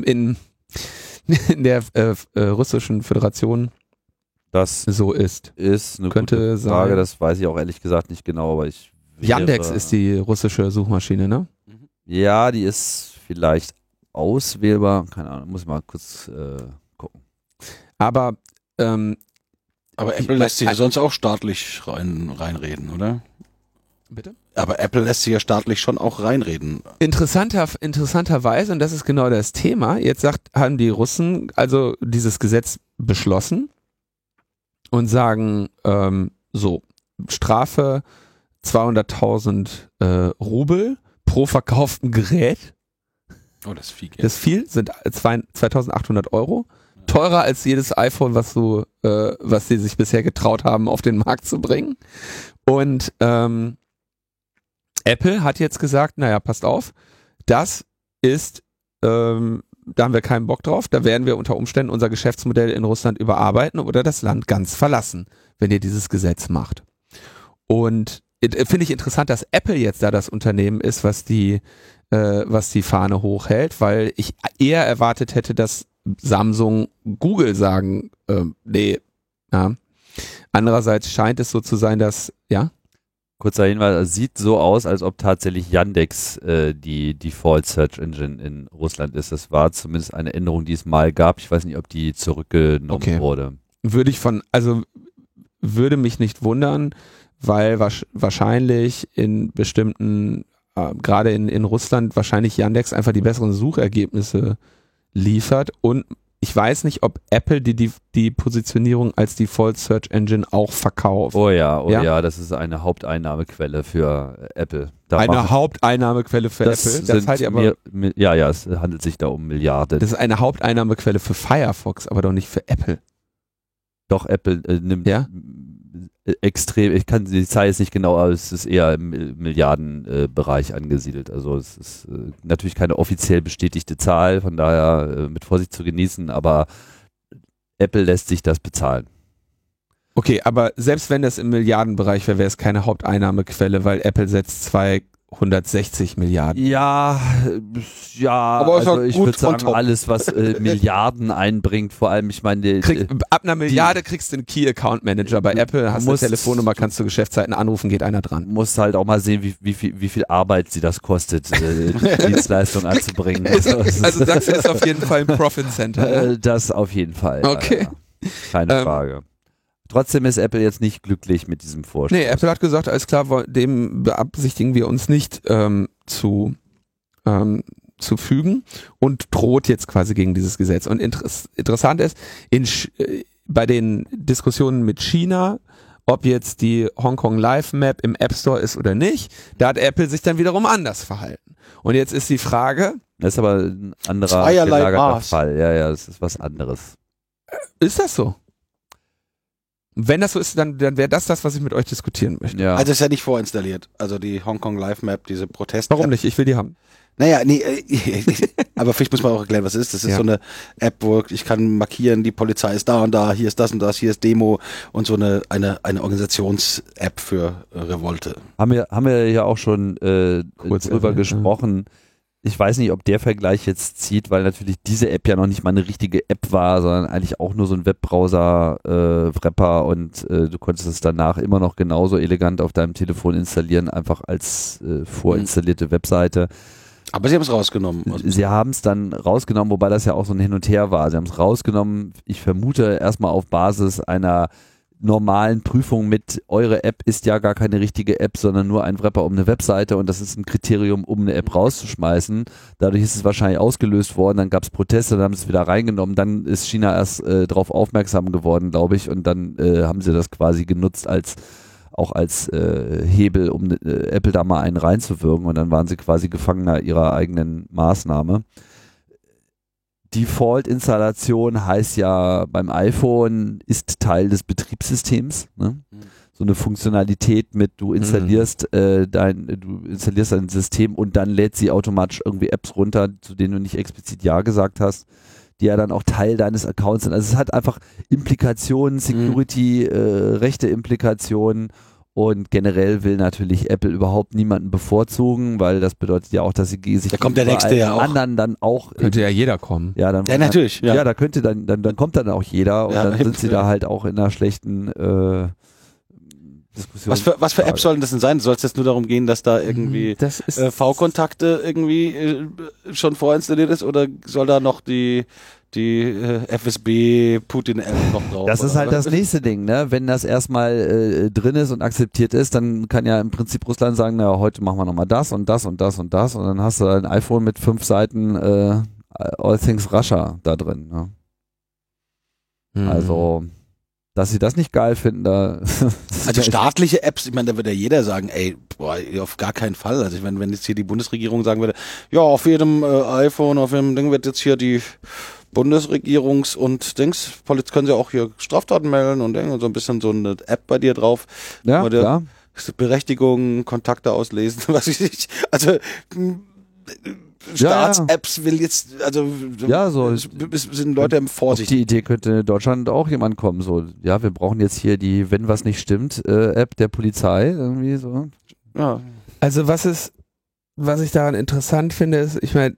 in der russischen Föderation Das so ist. ist eine Könnte gute Frage, sein. das weiß ich auch ehrlich gesagt nicht genau, aber ich Yandex ist die russische Suchmaschine, ne? Ja, die ist vielleicht auswählbar, keine Ahnung, muss ich mal kurz gucken. Aber Aber Apple lässt sich ja sonst auch staatlich reinreden, oder? bitte? Aber Apple lässt sich ja staatlich schon auch reinreden. Interessanterweise, und das ist genau das Thema, jetzt haben die Russen also dieses Gesetz beschlossen und sagen, so, Strafe 200.000 Rubel pro verkauften Gerät. Oh, das ist viel Geld. Das ist viel, sind 2.800 Euro. Teurer als jedes iPhone, was sie sich bisher getraut haben, auf den Markt zu bringen. Und Apple hat jetzt gesagt, naja, passt auf, das ist, da haben wir keinen Bock drauf, da werden wir unter Umständen unser Geschäftsmodell in Russland überarbeiten oder das Land ganz verlassen, wenn ihr dieses Gesetz macht. Und finde ich interessant, dass Apple jetzt da das Unternehmen ist, was die Fahne hochhält, weil ich eher erwartet hätte, dass Samsung, Google sagen, nee. Ja. Andererseits scheint es so zu sein, dass, ja. Kurzer Hinweis, es sieht so aus, als ob tatsächlich Yandex die Default Search Engine in Russland ist. Das war zumindest eine Änderung, die es mal gab. Ich weiß nicht, ob die zurückgenommen wurde. Würde mich nicht wundern, weil wahrscheinlich in bestimmten, gerade in Russland, wahrscheinlich Yandex einfach die besseren Suchergebnisse liefert und ich weiß nicht, ob Apple die Positionierung als Default Search Engine auch verkauft. Oh ja, das ist eine Haupteinnahmequelle für Apple. Haupteinnahmequelle für Apple? Das heißt aber es handelt sich da um Milliarden. Das ist eine Haupteinnahmequelle für Firefox, aber doch nicht für Apple. Doch, Apple nimmt extrem, ich kann die Zahl jetzt nicht genau, aber es ist eher im Milliardenbereich angesiedelt. Also es ist natürlich keine offiziell bestätigte Zahl, von daher mit Vorsicht zu genießen, aber Apple lässt sich das bezahlen. Okay, aber selbst wenn das im Milliardenbereich wäre, wäre es keine Haupteinnahmequelle, weil Apple setzt 260 Milliarden. Ja, aber also ich würde sagen, alles, was Milliarden einbringt, vor allem, ich meine... Ab einer Milliarde kriegst du einen Key Account Manager. Bei Apple hast du eine Telefonnummer, kannst du Geschäftszeiten anrufen, geht einer dran. Musst halt auch mal sehen, wie viel Arbeit sie das kostet, Dienstleistung anzubringen. Also sagst du, das ist auf jeden Fall ein Profit Center. Das auf jeden Fall. Okay. Keine Frage. Trotzdem ist Apple jetzt nicht glücklich mit diesem Vorschlag. Nee, Apple hat gesagt, alles klar, dem beabsichtigen wir uns nicht zu fügen und droht jetzt quasi gegen dieses Gesetz. Und interessant ist, bei den Diskussionen mit China, ob jetzt die Hongkong Live Map im App Store ist oder nicht, da hat Apple sich dann wiederum anders verhalten. Und jetzt ist die Frage... Das ist aber ein anderer gelagerter Fall. Ja, das ist was anderes. Ist das so? Wenn das so ist, dann wäre das, was ich mit euch diskutieren möchte. Ja. Also ist ja nicht vorinstalliert. Also die Hongkong Live Map, diese Protest. Warum nicht? Ich will die haben. Naja, nee, aber vielleicht muss man auch erklären, was es ist. Das ist so eine App, wo ich kann markieren, die Polizei ist da und da, hier ist das und das, hier ist Demo und so eine Organisations-App für Revolte. Haben wir ja auch schon drüber gesprochen. Ich weiß nicht, ob der Vergleich jetzt zieht, weil natürlich diese App ja noch nicht mal eine richtige App war, sondern eigentlich auch nur so ein Webbrowser-Wrapper und du konntest es danach immer noch genauso elegant auf deinem Telefon installieren, einfach als vorinstallierte Webseite. Aber sie haben es rausgenommen. Sie haben es dann rausgenommen, wobei das ja auch so ein Hin und Her war. Sie haben es rausgenommen, ich vermute erstmal auf Basis einer normalen Prüfung mit, eure App ist ja gar keine richtige App, sondern nur ein Wrapper um eine Webseite und das ist ein Kriterium, um eine App rauszuschmeißen. Dadurch ist es wahrscheinlich ausgelöst worden, dann gab es Proteste, dann haben sie es wieder reingenommen, dann ist China erst darauf aufmerksam geworden, glaube ich, und dann haben sie das quasi genutzt als Hebel, um Apple da mal einen reinzuwirken und dann waren sie quasi Gefangener ihrer eigenen Maßnahme. Default-Installation heißt ja beim iPhone, ist Teil des Betriebssystems. Ne? So eine Funktionalität mit, du installierst dein System und dann lädt sie automatisch irgendwie Apps runter, zu denen du nicht explizit Ja gesagt hast, die ja dann auch Teil deines Accounts sind. Also es hat einfach Implikationen, Security, rechte Implikationen. Und generell will natürlich Apple überhaupt niemanden bevorzugen, weil das bedeutet ja auch, dass sie sich da kommt der nächste ja auch. anderen dann auch könnte ja jeder kommen. Ja, dann, ja natürlich. Ja, da könnte dann kommt dann auch jeder und dann sind sie da halt auch in einer schlechten Diskussion. Was für Apps sollen das denn sein? Soll es jetzt nur darum gehen, dass da irgendwie V-Kontakte irgendwie schon vorinstalliert ist oder soll da noch die FSB Putin-App noch drauf? Das ist halt das nächste Ding, ne? Wenn das erstmal drin ist und akzeptiert ist, dann kann ja im Prinzip Russland sagen, na, heute machen wir nochmal das und das und das und das und dann hast du ein iPhone mit 5 Seiten All Things Russia da drin. Ne? Also, dass sie das nicht geil finden, da also staatliche Apps, ich meine, da würde ja jeder sagen, ey, boah, auf gar keinen Fall. Also ich meine, wenn jetzt hier die Bundesregierung sagen würde, ja, auf jedem iPhone, auf jedem Ding wird jetzt hier die Bundesregierungs- und Dings, können sie auch hier Straftaten melden und so ein bisschen so eine App bei dir drauf. Ja, klar. Berechtigung, Kontakte auslesen, was weiß ich. Also Staats-Apps will jetzt, also sind Leute vorsichtig. Auf die Idee könnte in Deutschland auch jemand kommen, so, ja, wir brauchen jetzt hier die Wenn was nicht stimmt App der Polizei, irgendwie so. Ja. Also was ich daran interessant finde, ist, ich meine,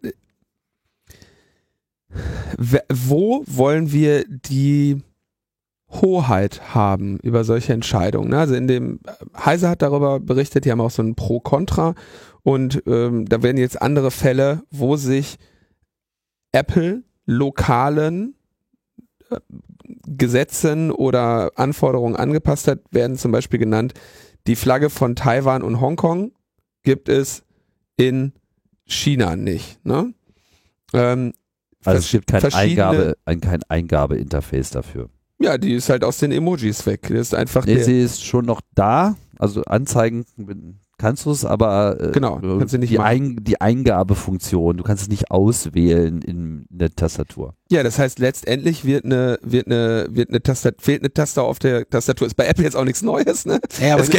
wo wollen wir die Hoheit haben über solche Entscheidungen? Also in dem Heise hat darüber berichtet, die haben auch so ein Pro-Contra und da werden jetzt andere Fälle, wo sich Apple lokalen Gesetzen oder Anforderungen angepasst hat, werden zum Beispiel genannt, die Flagge von Taiwan und Hongkong gibt es in China nicht. Ne? Also es gibt kein Eingabeinterface dafür. Ja, die ist halt aus den Emojis weg. Das ist einfach sie ist schon noch da, also anzeigen kannst du es, aber genau, kannst du nicht die Eingabefunktion, du kannst es nicht auswählen in der Tastatur. Ja, das heißt letztendlich fehlt eine Taste auf der Tastatur. Ist bei Apple jetzt auch nichts Neues, ne? Ja, ganz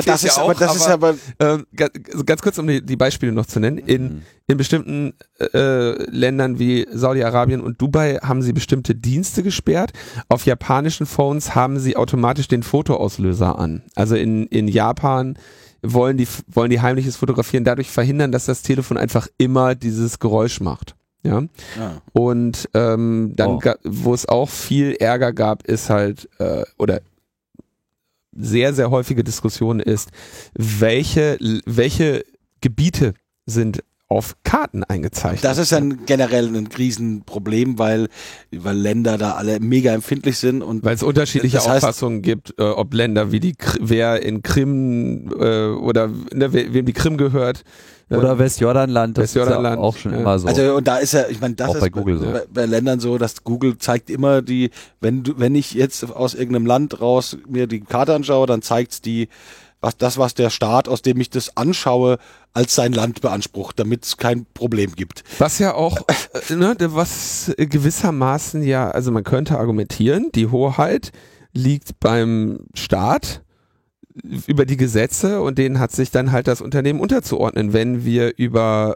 kurz, um die Beispiele noch zu nennen. In bestimmten Ländern wie Saudi-Arabien und Dubai haben sie bestimmte Dienste gesperrt. Auf japanischen Phones haben sie automatisch den Fotoauslöser an. Also in Japan wollen die heimliches Fotografieren dadurch verhindern, dass das Telefon einfach immer dieses Geräusch macht. Ja. Und wo es auch viel Ärger gab, ist halt, oder sehr, sehr häufige Diskussion ist, welche Gebiete sind auf Karten eingezeichnet. Das ist dann generell ein Riesenproblem, weil Länder da alle mega empfindlich sind und weil es unterschiedliche das heißt, Auffassungen gibt, ob Länder wie wer in Krim oder wem die Krim gehört. Oder Westjordanland, das ist ja auch schon immer so. Also und da ist ja, ich meine, das auch ist bei Google so. Bei Ländern so, dass Google zeigt immer wenn ich jetzt aus irgendeinem Land raus mir die Karte anschaue, dann zeigt's was der Staat, aus dem ich das anschaue, als sein Land beansprucht, damit es kein Problem gibt. Was ja auch, was gewissermaßen ja, also man könnte argumentieren, die Hoheit liegt beim Staat über die Gesetze und denen hat sich dann halt das Unternehmen unterzuordnen. Wenn wir über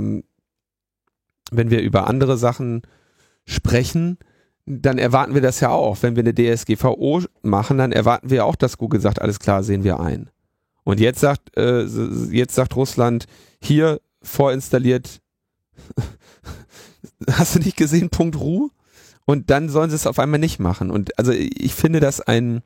andere Sachen sprechen, dann erwarten wir das ja auch. Wenn wir eine DSGVO machen, dann erwarten wir auch, dass Google sagt, alles klar, sehen wir ein. Und jetzt sagt Russland, hier vorinstalliert, hast du nicht gesehen, .ru? Und dann sollen sie es auf einmal nicht machen. Und also ich finde das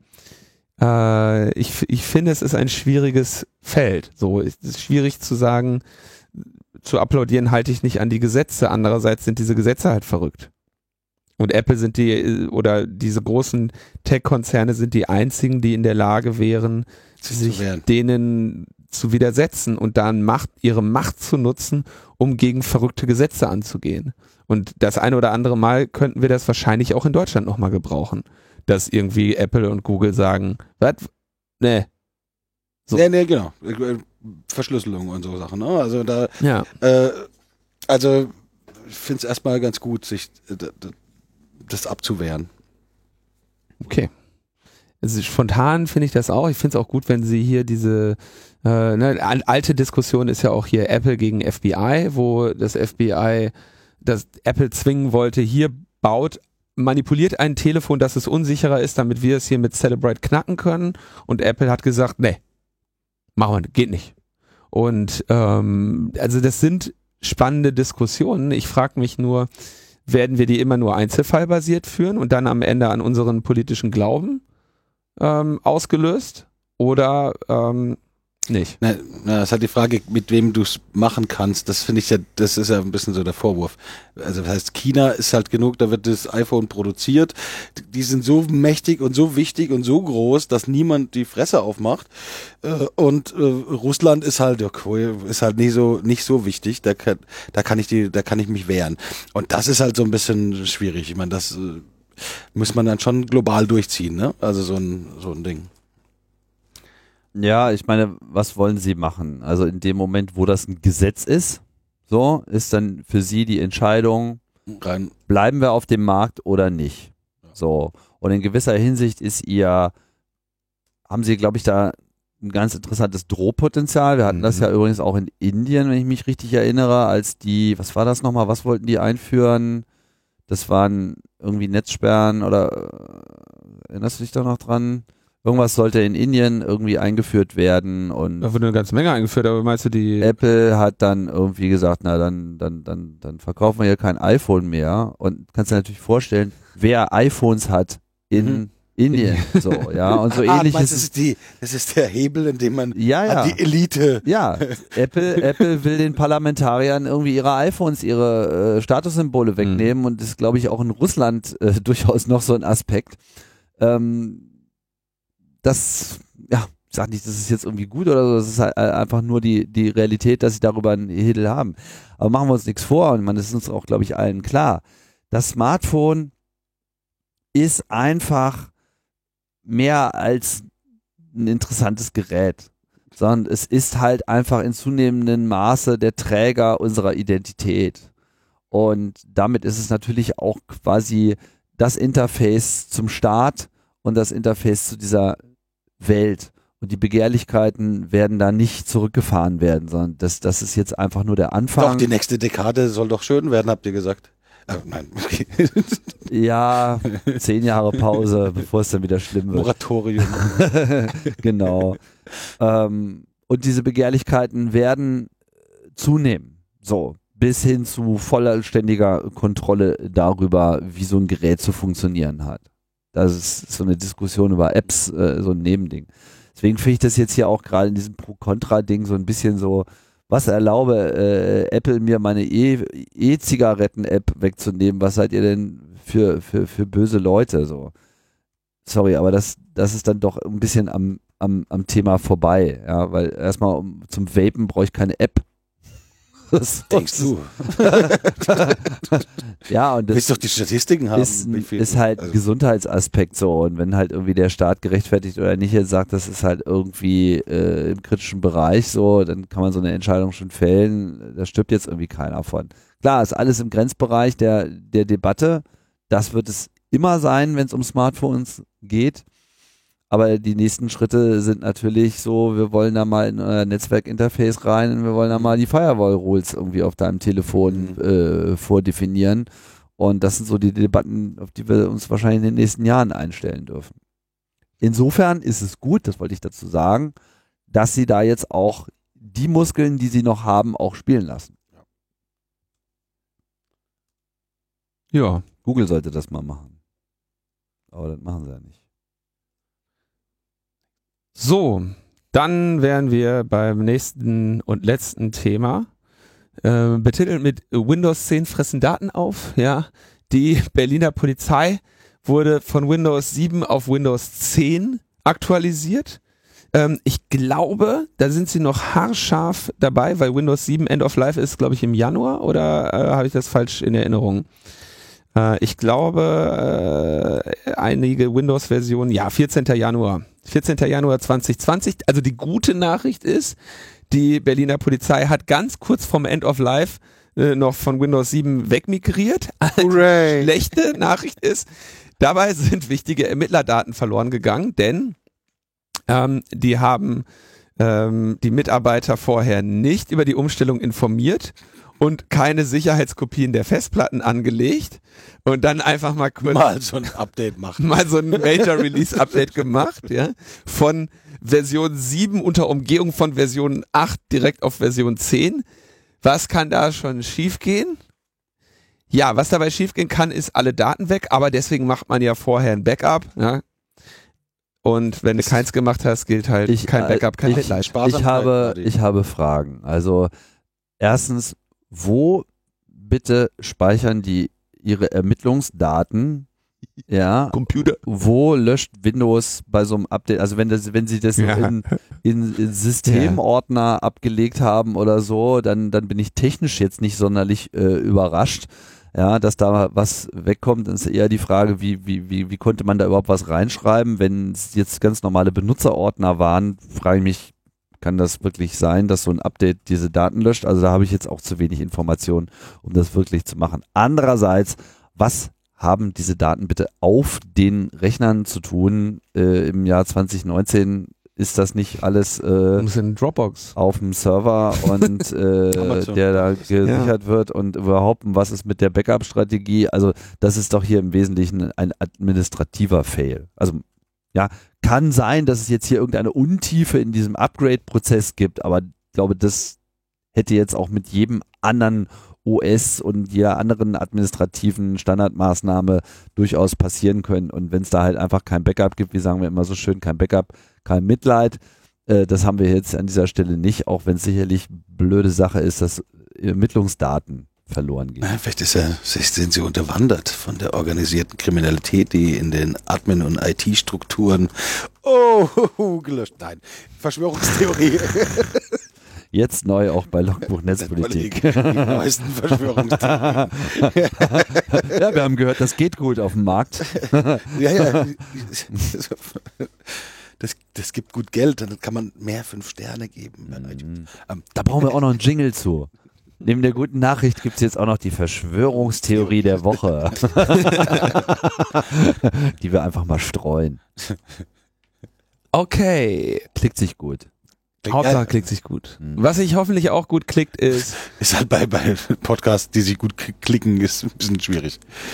ich finde, es ist ein schwieriges Feld. So, es ist schwierig zu sagen, zu applaudieren halte ich nicht an die Gesetze. Andererseits sind diese Gesetze halt verrückt. Und Apple oder diese großen Tech-Konzerne sind die einzigen, die in der Lage wären, sich denen zu widersetzen und dann ihre Macht zu nutzen, um gegen verrückte Gesetze anzugehen. Und das eine oder andere Mal könnten wir das wahrscheinlich auch in Deutschland nochmal gebrauchen. Dass irgendwie Apple und Google sagen, was? Nee. So. Nee, genau. Verschlüsselung und so Sachen. Ne? Also ich finde es erstmal ganz gut, sich das abzuwehren. Okay. Also spontan finde ich das auch. Ich finde es auch gut, wenn sie hier diese alte Diskussion ist ja auch hier Apple gegen FBI, wo das FBI das Apple zwingen wollte, hier manipuliert ein Telefon, dass es unsicherer ist, damit wir es hier mit Celebrite knacken können. Und Apple hat gesagt, nee, machen wir, geht nicht. Und also das sind spannende Diskussionen. Ich frage mich nur, werden wir die immer nur einzelfallbasiert führen und dann am Ende an unseren politischen Glauben ausgelöst oder nicht? Na, das ist halt die Frage, mit wem du es machen kannst. Das finde ich ja, das ist ja ein bisschen so der Vorwurf. Also das heißt, China ist halt genug, da wird das iPhone produziert. Die sind so mächtig und so wichtig und so groß, dass niemand die Fresse aufmacht. Und Russland ist halt nicht so wichtig. Da kann ich mich wehren. Und das ist halt so ein bisschen schwierig. Ich meine, das muss man dann schon global durchziehen, ne? Also so ein Ding. Ja, ich meine, was wollen sie machen? Also in dem Moment, wo das ein Gesetz ist, so, ist dann für sie die Entscheidung, bleiben wir auf dem Markt oder nicht? So. Und in gewisser Hinsicht haben sie, glaube ich, da ein ganz interessantes Drohpotenzial. Wir hatten das ja übrigens auch in Indien, wenn ich mich richtig erinnere, was war das nochmal? Was wollten die einführen? Das waren irgendwie Netzsperren oder erinnerst du dich da noch dran? Irgendwas sollte in Indien irgendwie eingeführt werden und da wurde eine ganze Menge eingeführt, aber meinst du die Apple hat dann irgendwie gesagt, na dann verkaufen wir hier kein iPhone mehr und kannst dir natürlich vorstellen, wer iPhones hat in Indien, so, ja, und so ähnlich ist das ist der Hebel, in dem man die Elite. Ja, Apple will den Parlamentariern irgendwie ihre iPhones, ihre Statussymbole wegnehmen und das ist, glaube ich, auch in Russland durchaus noch so ein Aspekt. Das, ja, ich sage nicht, das ist jetzt irgendwie gut oder so, das ist halt einfach nur die Realität, dass sie darüber einen Hebel haben. Aber machen wir uns nichts vor und das ist uns auch, glaube ich, allen klar. Das Smartphone ist einfach mehr als ein interessantes Gerät, sondern es ist halt einfach in zunehmendem Maße der Träger unserer Identität. Und damit ist es natürlich auch quasi das Interface zum Staat und das Interface zu dieser Welt. Und die Begehrlichkeiten werden da nicht zurückgefahren werden, sondern das ist jetzt einfach nur der Anfang. Doch, die nächste Dekade soll doch schön werden, habt ihr gesagt. Nein, okay. Ja, 10 Jahre Pause, bevor es dann wieder schlimm wird. Moratorium. Genau. Und diese Begehrlichkeiten werden zunehmen. So, bis hin zu vollständiger Kontrolle darüber, wie so ein Gerät zu funktionieren hat. Das ist so eine Diskussion über Apps, so ein Nebending. Deswegen finde ich das jetzt hier auch gerade in diesem Pro-Kontra-Ding so ein bisschen so, was erlaube Apple mir meine E-Zigaretten-App wegzunehmen? Was seid ihr denn für böse Leute? So. Sorry, aber das ist dann doch ein bisschen am Thema vorbei, ja, weil erstmal zum Vapen brauche ich keine App. Das denkst du? Ja, und das willst doch die Statistiken haben. Ist halt ein Gesundheitsaspekt so, und wenn halt irgendwie der Staat gerechtfertigt oder nicht jetzt sagt, das ist halt irgendwie im kritischen Bereich so, dann kann man so eine Entscheidung schon fällen, da stirbt jetzt irgendwie keiner von. Klar, ist alles im Grenzbereich der Debatte, das wird es immer sein, wenn es um Smartphones geht. Aber die nächsten Schritte sind natürlich so, wir wollen da mal in euer Netzwerkinterface rein und wir wollen da mal die Firewall-Rules irgendwie auf deinem Telefon vordefinieren. Und das sind so die Debatten, auf die wir uns wahrscheinlich in den nächsten Jahren einstellen dürfen. Insofern ist es gut, das wollte ich dazu sagen, dass sie da jetzt auch die Muskeln, die sie noch haben, auch spielen lassen. Ja. Google sollte das mal machen. Aber das machen sie ja nicht. So, dann wären wir beim nächsten und letzten Thema, betitelt mit Windows 10 fressen Daten auf. Ja, die Berliner Polizei wurde von Windows 7 auf Windows 10 aktualisiert. Ich glaube, da sind sie noch haarscharf dabei, weil Windows 7 End of Life ist, glaube ich, im Januar, oder habe ich das falsch in Erinnerung? Ich glaube, einige Windows-Versionen, 14. Januar 2020. Also die gute Nachricht ist, die Berliner Polizei hat ganz kurz vom End of Life noch von Windows 7 wegmigriert. Hooray. Die schlechte Nachricht ist, dabei sind wichtige Ermittlerdaten verloren gegangen, denn die haben die Mitarbeiter vorher nicht über die Umstellung informiert und keine Sicherheitskopien der Festplatten angelegt und dann einfach mal kurz mal so ein Update machen. Mal so ein Major Release Update gemacht, ja, von Version 7 unter Umgehung von Version 8 direkt auf Version 10. Was kann da schon schiefgehen? Ja, was dabei schiefgehen kann, ist alle Daten weg, aber deswegen macht man ja vorher ein Backup, ja. Und wenn du keins gemacht hast, gilt halt kein Backup, kein Mitleid. Ich habe Fragen. Also erstens, wo bitte speichern die ihre Ermittlungsdaten? Ja. Computer. Wo löscht Windows bei so einem Update? Also wenn sie das in Systemordner abgelegt haben oder so, dann bin ich technisch jetzt nicht sonderlich überrascht. Ja, dass da was wegkommt, dann ist eher die Frage, wie konnte man da überhaupt was reinschreiben? Wenn es jetzt ganz normale Benutzerordner waren, frage ich mich, kann das wirklich sein, dass so ein Update diese Daten löscht? Also da habe ich jetzt auch zu wenig Informationen, um das wirklich zu machen. Andererseits, was haben diese Daten bitte auf den Rechnern zu tun? Im Jahr 2019 ist das nicht alles in Dropbox auf dem Server und der da gesichert wird, und überhaupt, was ist mit der Backup-Strategie? Also das ist doch hier im Wesentlichen ein administrativer Fail. Also ja, kann sein, dass es jetzt hier irgendeine Untiefe in diesem Upgrade-Prozess gibt, aber ich glaube, das hätte jetzt auch mit jedem anderen OS und jeder anderen administrativen Standardmaßnahme durchaus passieren können. Und wenn es da halt einfach kein Backup gibt, wie sagen wir immer so schön, kein Backup, kein Mitleid, das haben wir jetzt an dieser Stelle nicht, auch wenn es sicherlich blöde Sache ist, dass Ermittlungsdaten verloren gehen. Vielleicht sind sie unterwandert von der organisierten Kriminalität, die in den Admin- und IT-Strukturen gelöscht. Nein, Verschwörungstheorie. Jetzt neu auch bei Logbuch Netzpolitik. Die neuesten Verschwörungstheorien. Ja, wir haben gehört, das geht gut auf dem Markt. Ja. Das gibt gut Geld, dann kann man mehr 5 Sterne geben. Da brauchen wir auch noch einen Jingle zu. Neben der guten Nachricht gibt es jetzt auch noch die Verschwörungstheorie der Woche. Die wir einfach mal streuen. Okay. Klickt sich gut. Hauptsache klickt sich gut. Was sich hoffentlich auch gut klickt ist... Ist halt bei Podcasts, die sich gut klicken, ist ein bisschen schwierig.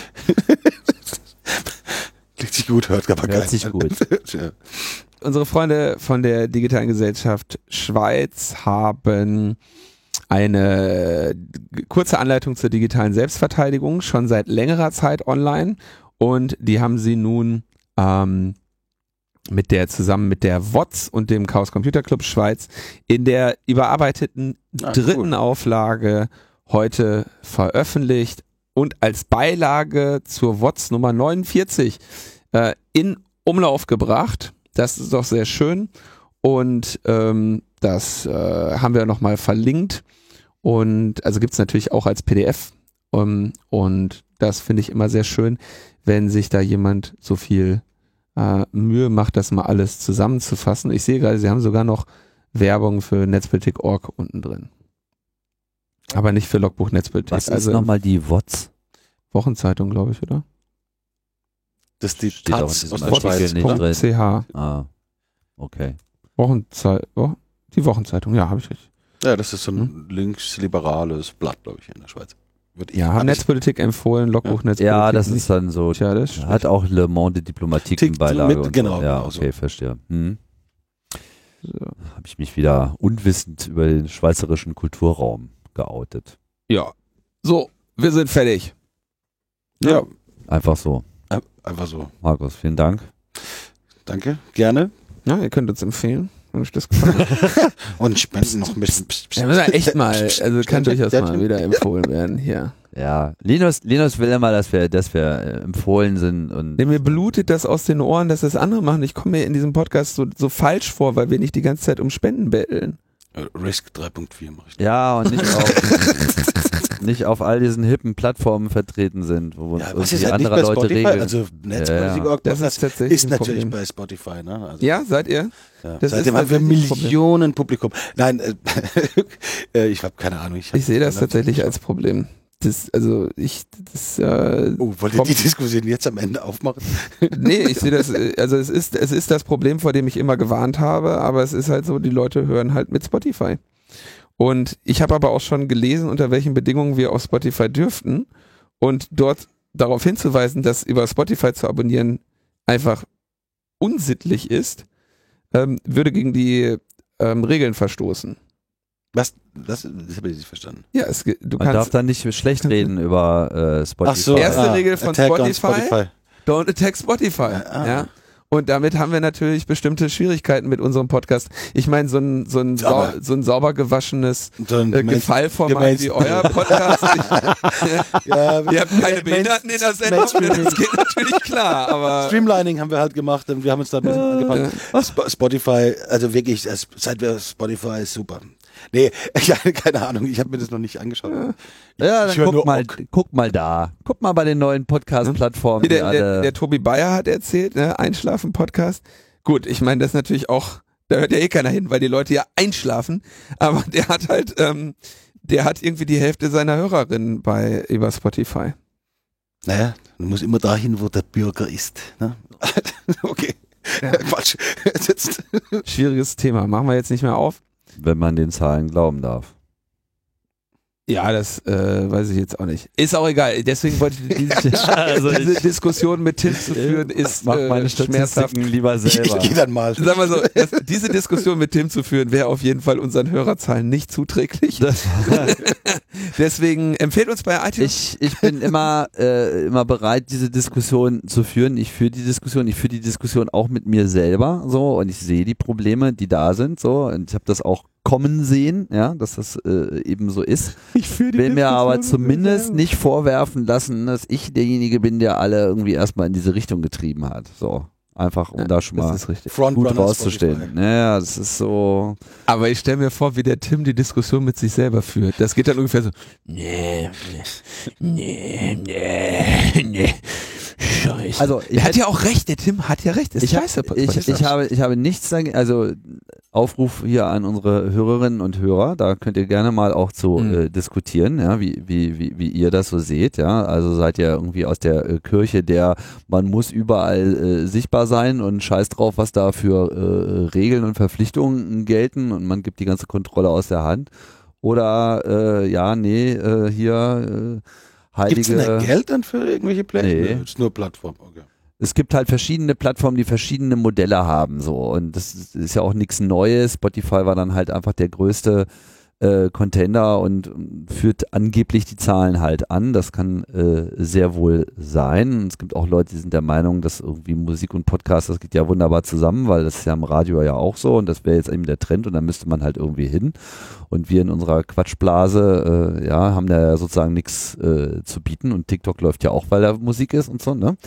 Klickt sich gut, hört aber Hört sich gut. Ja. Unsere Freunde von der Digitalen Gesellschaft Schweiz haben eine kurze Anleitung zur digitalen Selbstverteidigung schon seit längerer Zeit online, und die haben sie nun zusammen mit der WOTS und dem Chaos Computer Club Schweiz in der überarbeiteten dritten Auflage heute veröffentlicht und als Beilage zur WOTS Nummer 49 in Umlauf gebracht. Das ist doch sehr schön und das haben wir nochmal verlinkt und also gibt es natürlich auch als PDF und das finde ich immer sehr schön, wenn sich da jemand so viel Mühe macht, das mal alles zusammenzufassen. Ich sehe gerade, sie haben sogar noch Werbung für Netzpolitik.org unten drin. Aber nicht für Logbuch Netzpolitik. Was ist nochmal die WOTS? Wochenzeitung, glaube ich, oder? Das ist die Steht auch in Taz diesem aus der Schweiz. Artikel nicht drin. .ch. Ah, okay. Die Wochenzeitung, ja, habe ich richtig. Ja, das ist so ein linksliberales Blatt, glaube ich, in der Schweiz. Ja, haben Netzpolitik empfohlen, Logbuch Netzpolitik. Ja, das ist dann so, Tja, das hat auch Le Monde de Diplomatique in Beilage. Mit, genau, so. Ja, genau okay, so. verstehe. Habe ich mich wieder unwissend über den schweizerischen Kulturraum geoutet. Ja. So, wir sind fertig. Ja, Einfach so. einfach so. Markus, vielen Dank. Danke, gerne. Ja, ihr könnt uns empfehlen, wenn euch das gefallen hat. Und spenden noch ein bisschen. Ja, müssen wir echt mal, also kann durchaus mal wieder empfohlen werden hier. Ja, Linus will immer, dass wir empfohlen sind und Mir blutet das aus den Ohren, dass das andere machen. Ich komme mir in diesem Podcast so falsch vor, weil wir nicht die ganze Zeit um Spenden betteln. Risk 3.4 mache ich. ja und nicht auf all diesen hippen Plattformen vertreten sind, wo uns Ja, was irgendwie ist halt nicht andere bei Leute Spotify? regeln. Also Netzpolitik.org, Das ist tatsächlich ein natürlich Problem. bei Spotify, ne? Also, Ja, seid ihr? ja. das Seitdem ist haben wir tatsächlich ein Problem. Millionen Publikum. Nein, ich habe keine Ahnung. Ich sehe das tatsächlich als Problem. wollt ihr die Diskussion jetzt am Ende aufmachen? Nee, ich sehe das, also es ist das Problem, vor dem ich immer gewarnt habe, aber es ist halt so, die Leute hören halt mit Spotify. Und ich habe aber auch schon gelesen, unter welchen Bedingungen wir auf Spotify dürften und dort darauf hinzuweisen, dass über Spotify zu abonnieren einfach unsittlich ist, würde gegen die Regeln verstoßen. Was? Das habe ich nicht verstanden. Ja, du Man darf kannst da nicht schlecht reden über Spotify. Ach so, Erste Regel von Attack on Spotify. Don't attack Spotify. Ja. Und damit haben wir natürlich bestimmte Schwierigkeiten mit unserem Podcast. Ich meine, so ein sauber gewaschenes Gefallformat wie euer Podcast. Ihr habt keine Behinderten in der Sendung, das geht natürlich klar. Aber Streamlining haben wir halt gemacht und wir haben uns da ein bisschen angepasst. Spotify, also wirklich, seit wir Spotify ist super. Nee, keine Ahnung, ich habe mir das noch nicht angeschaut. Ja, Ich höre dann nur guck mal da. Guck mal bei den neuen Podcast-Plattformen. der Tobi Bayer hat erzählt, ne, Einschlafen-Podcast. Gut, ich meine, das ist natürlich auch, da hört ja eh keiner hin, weil die Leute ja einschlafen. Aber der hat halt, der hat irgendwie die Hälfte seiner Hörerinnen über Spotify. Naja, du musst immer dahin, wo der Bürger ist. Ne? Okay. Ja. Quatsch. Schwieriges Thema, machen wir jetzt nicht mehr auf. Wenn man den Zahlen glauben darf. Ja, das weiß ich jetzt auch nicht. Ist auch egal. Deswegen wollte ich diese Diskussion mit Tim zu führen, ist Mach meine schmerzhaft. Statistiken lieber Ich selber. gehe dann mal. Sag mal so, diese Diskussion mit Tim zu führen, wäre auf jeden Fall unseren Hörerzahlen nicht zuträglich. Deswegen empfehlt uns bei iTunes. Ich bin immer bereit, diese Diskussion zu führen. Ich führe die Diskussion auch mit mir selber so und ich sehe die Probleme, die da sind so und ich habe das auch kommen sehen, ja, dass das eben so ist. Ich will mir aber zumindest nicht vorwerfen lassen, dass ich derjenige bin, der alle irgendwie erstmal in diese Richtung getrieben hat. So. Einfach, um da schon mal gut rauszustehen. Naja, das ist so. Aber ich stelle mir vor, wie der Tim die Diskussion mit sich selber führt. Das geht dann ungefähr so, nee. Scheiße. Also, er hat ja auch recht, der Tim hat ja recht. Ist scheiße. Ich habe nichts dagegen, also Aufruf hier an unsere Hörerinnen und Hörer, da könnt ihr gerne mal auch zu diskutieren, ja, wie ihr das so seht, ja, also seid ihr irgendwie aus der Kirche, man muss überall sichtbar sein und scheiß drauf, was da für Regeln und Verpflichtungen gelten und man gibt die ganze Kontrolle aus der Hand oder heilige... Gibt's denn da Geld dann für irgendwelche Plätze? Nee. Ist nur Plattform, okay. Es gibt halt verschiedene Plattformen, die verschiedene Modelle haben, so. Und das ist ja auch nichts Neues. Spotify war dann halt einfach der größte Container und führt angeblich die Zahlen halt an. Das kann sehr wohl sein. Es gibt auch Leute, die sind der Meinung, dass irgendwie Musik und Podcast, das geht ja wunderbar zusammen, weil das ist ja im Radio ja auch so und das wäre jetzt eben der Trend und da müsste man halt irgendwie hin. Und wir in unserer Quatschblase haben da ja sozusagen nichts zu bieten und TikTok läuft ja auch, weil da Musik ist und so, ne?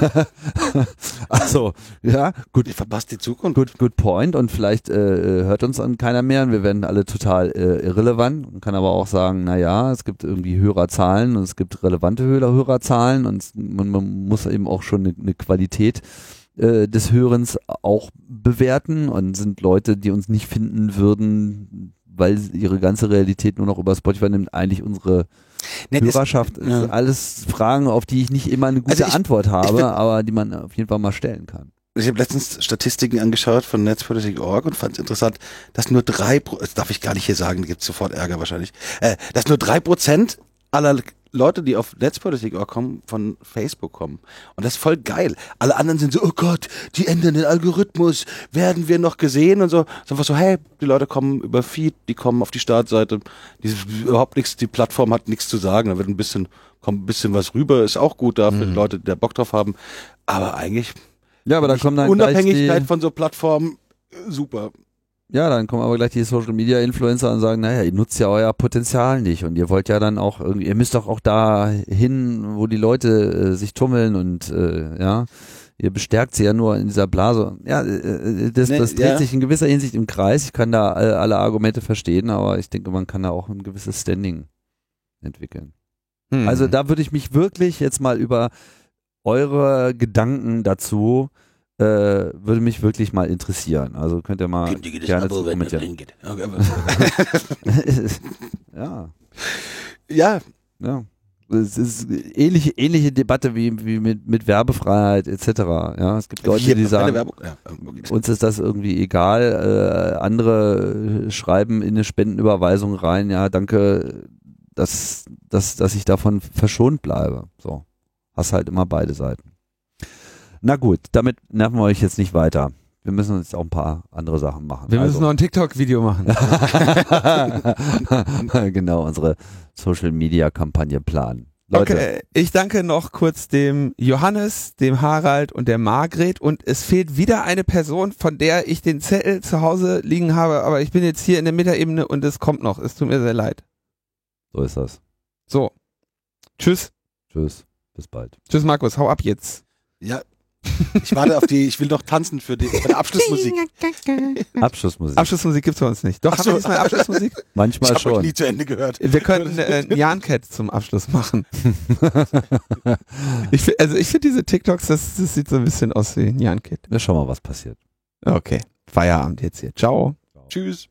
Also, ja, gut. Ihr verpasst die Zukunft. Good point und vielleicht hört uns an keiner mehr und wir werden alle total irrelevant. Man kann aber auch sagen, naja, es gibt irgendwie Hörerzahlen und es gibt relevante Hörerzahlen und man muss eben auch schon eine Qualität des Hörens auch bewerten und sind Leute, die uns nicht finden würden, weil ihre ganze Realität nur noch über Spotify nimmt, eigentlich unsere Hörerschaft. Das sind alles Fragen, auf die ich nicht immer eine gute Antwort habe, aber die man auf jeden Fall mal stellen kann. Ich habe letztens Statistiken angeschaut von Netzpolitik.org und fand es interessant, dass nur 3%, das darf ich gar nicht hier sagen, da gibt es sofort Ärger wahrscheinlich, dass nur 3% aller Leute, die auf Netzpolitik.org kommen, von Facebook kommen. Und das ist voll geil. Alle anderen sind so, oh Gott, die ändern den Algorithmus, werden wir noch gesehen und so. Es ist einfach so, hey, die Leute kommen über Feed, die kommen auf die Startseite, überhaupt nichts, die Plattform hat nichts zu sagen, da wird kommt ein bisschen was rüber, ist auch gut da für Leute, die da Bock drauf haben. Aber eigentlich ja, aber da kommt dann Unabhängigkeit von so Plattformen, super. Ja, dann kommen aber gleich die Social Media Influencer und sagen, naja, ihr nutzt ja euer Potenzial nicht und ihr wollt ja dann auch irgendwie, ihr müsst doch auch da hin, wo die Leute sich tummeln und ihr bestärkt sie ja nur in dieser Blase. Ja, das dreht sich in gewisser Hinsicht im Kreis. Ich kann da alle Argumente verstehen, aber ich denke, man kann da auch ein gewisses Standing entwickeln. Also da würde ich mich wirklich jetzt mal über eure Gedanken dazu würde mich wirklich mal interessieren. Also könnt ihr mal gerne zu kommentieren. Ja. Es ist ähnliche Debatte wie mit Werbefreiheit etc. Ja, es gibt Leute, die sagen, uns ist das irgendwie egal. Andere schreiben in eine Spendenüberweisung rein, ja, danke, dass ich davon verschont bleibe. So. Hast halt immer beide Seiten. Na gut, damit nerven wir euch jetzt nicht weiter. Wir müssen uns auch ein paar andere Sachen machen. Wir müssen noch ein TikTok-Video machen. Genau, unsere Social-Media-Kampagne planen. Leute. Okay, ich danke noch kurz dem Johannes, dem Harald und der Margret und es fehlt wieder eine Person, von der ich den Zettel zu Hause liegen habe, aber ich bin jetzt hier in der Metaebene und es kommt noch. Es tut mir sehr leid. So ist das. So. Tschüss. Tschüss. Bis bald. Tschüss, Markus. Hau ab jetzt. Ja. Ich warte ich will noch tanzen für die Abschlussmusik. Abschlussmusik gibt's bei uns nicht. Doch, haben wir diesmal Abschlussmusik? Manchmal ich schon. Ich habe nie zu Ende gehört. Wir könnten Jan-Cat zum Abschluss machen. Ich finde diese TikToks, das sieht so ein bisschen aus wie Jan-Cat. Wir schauen mal, was passiert. Okay, Feierabend jetzt hier. Ciao. Tschüss.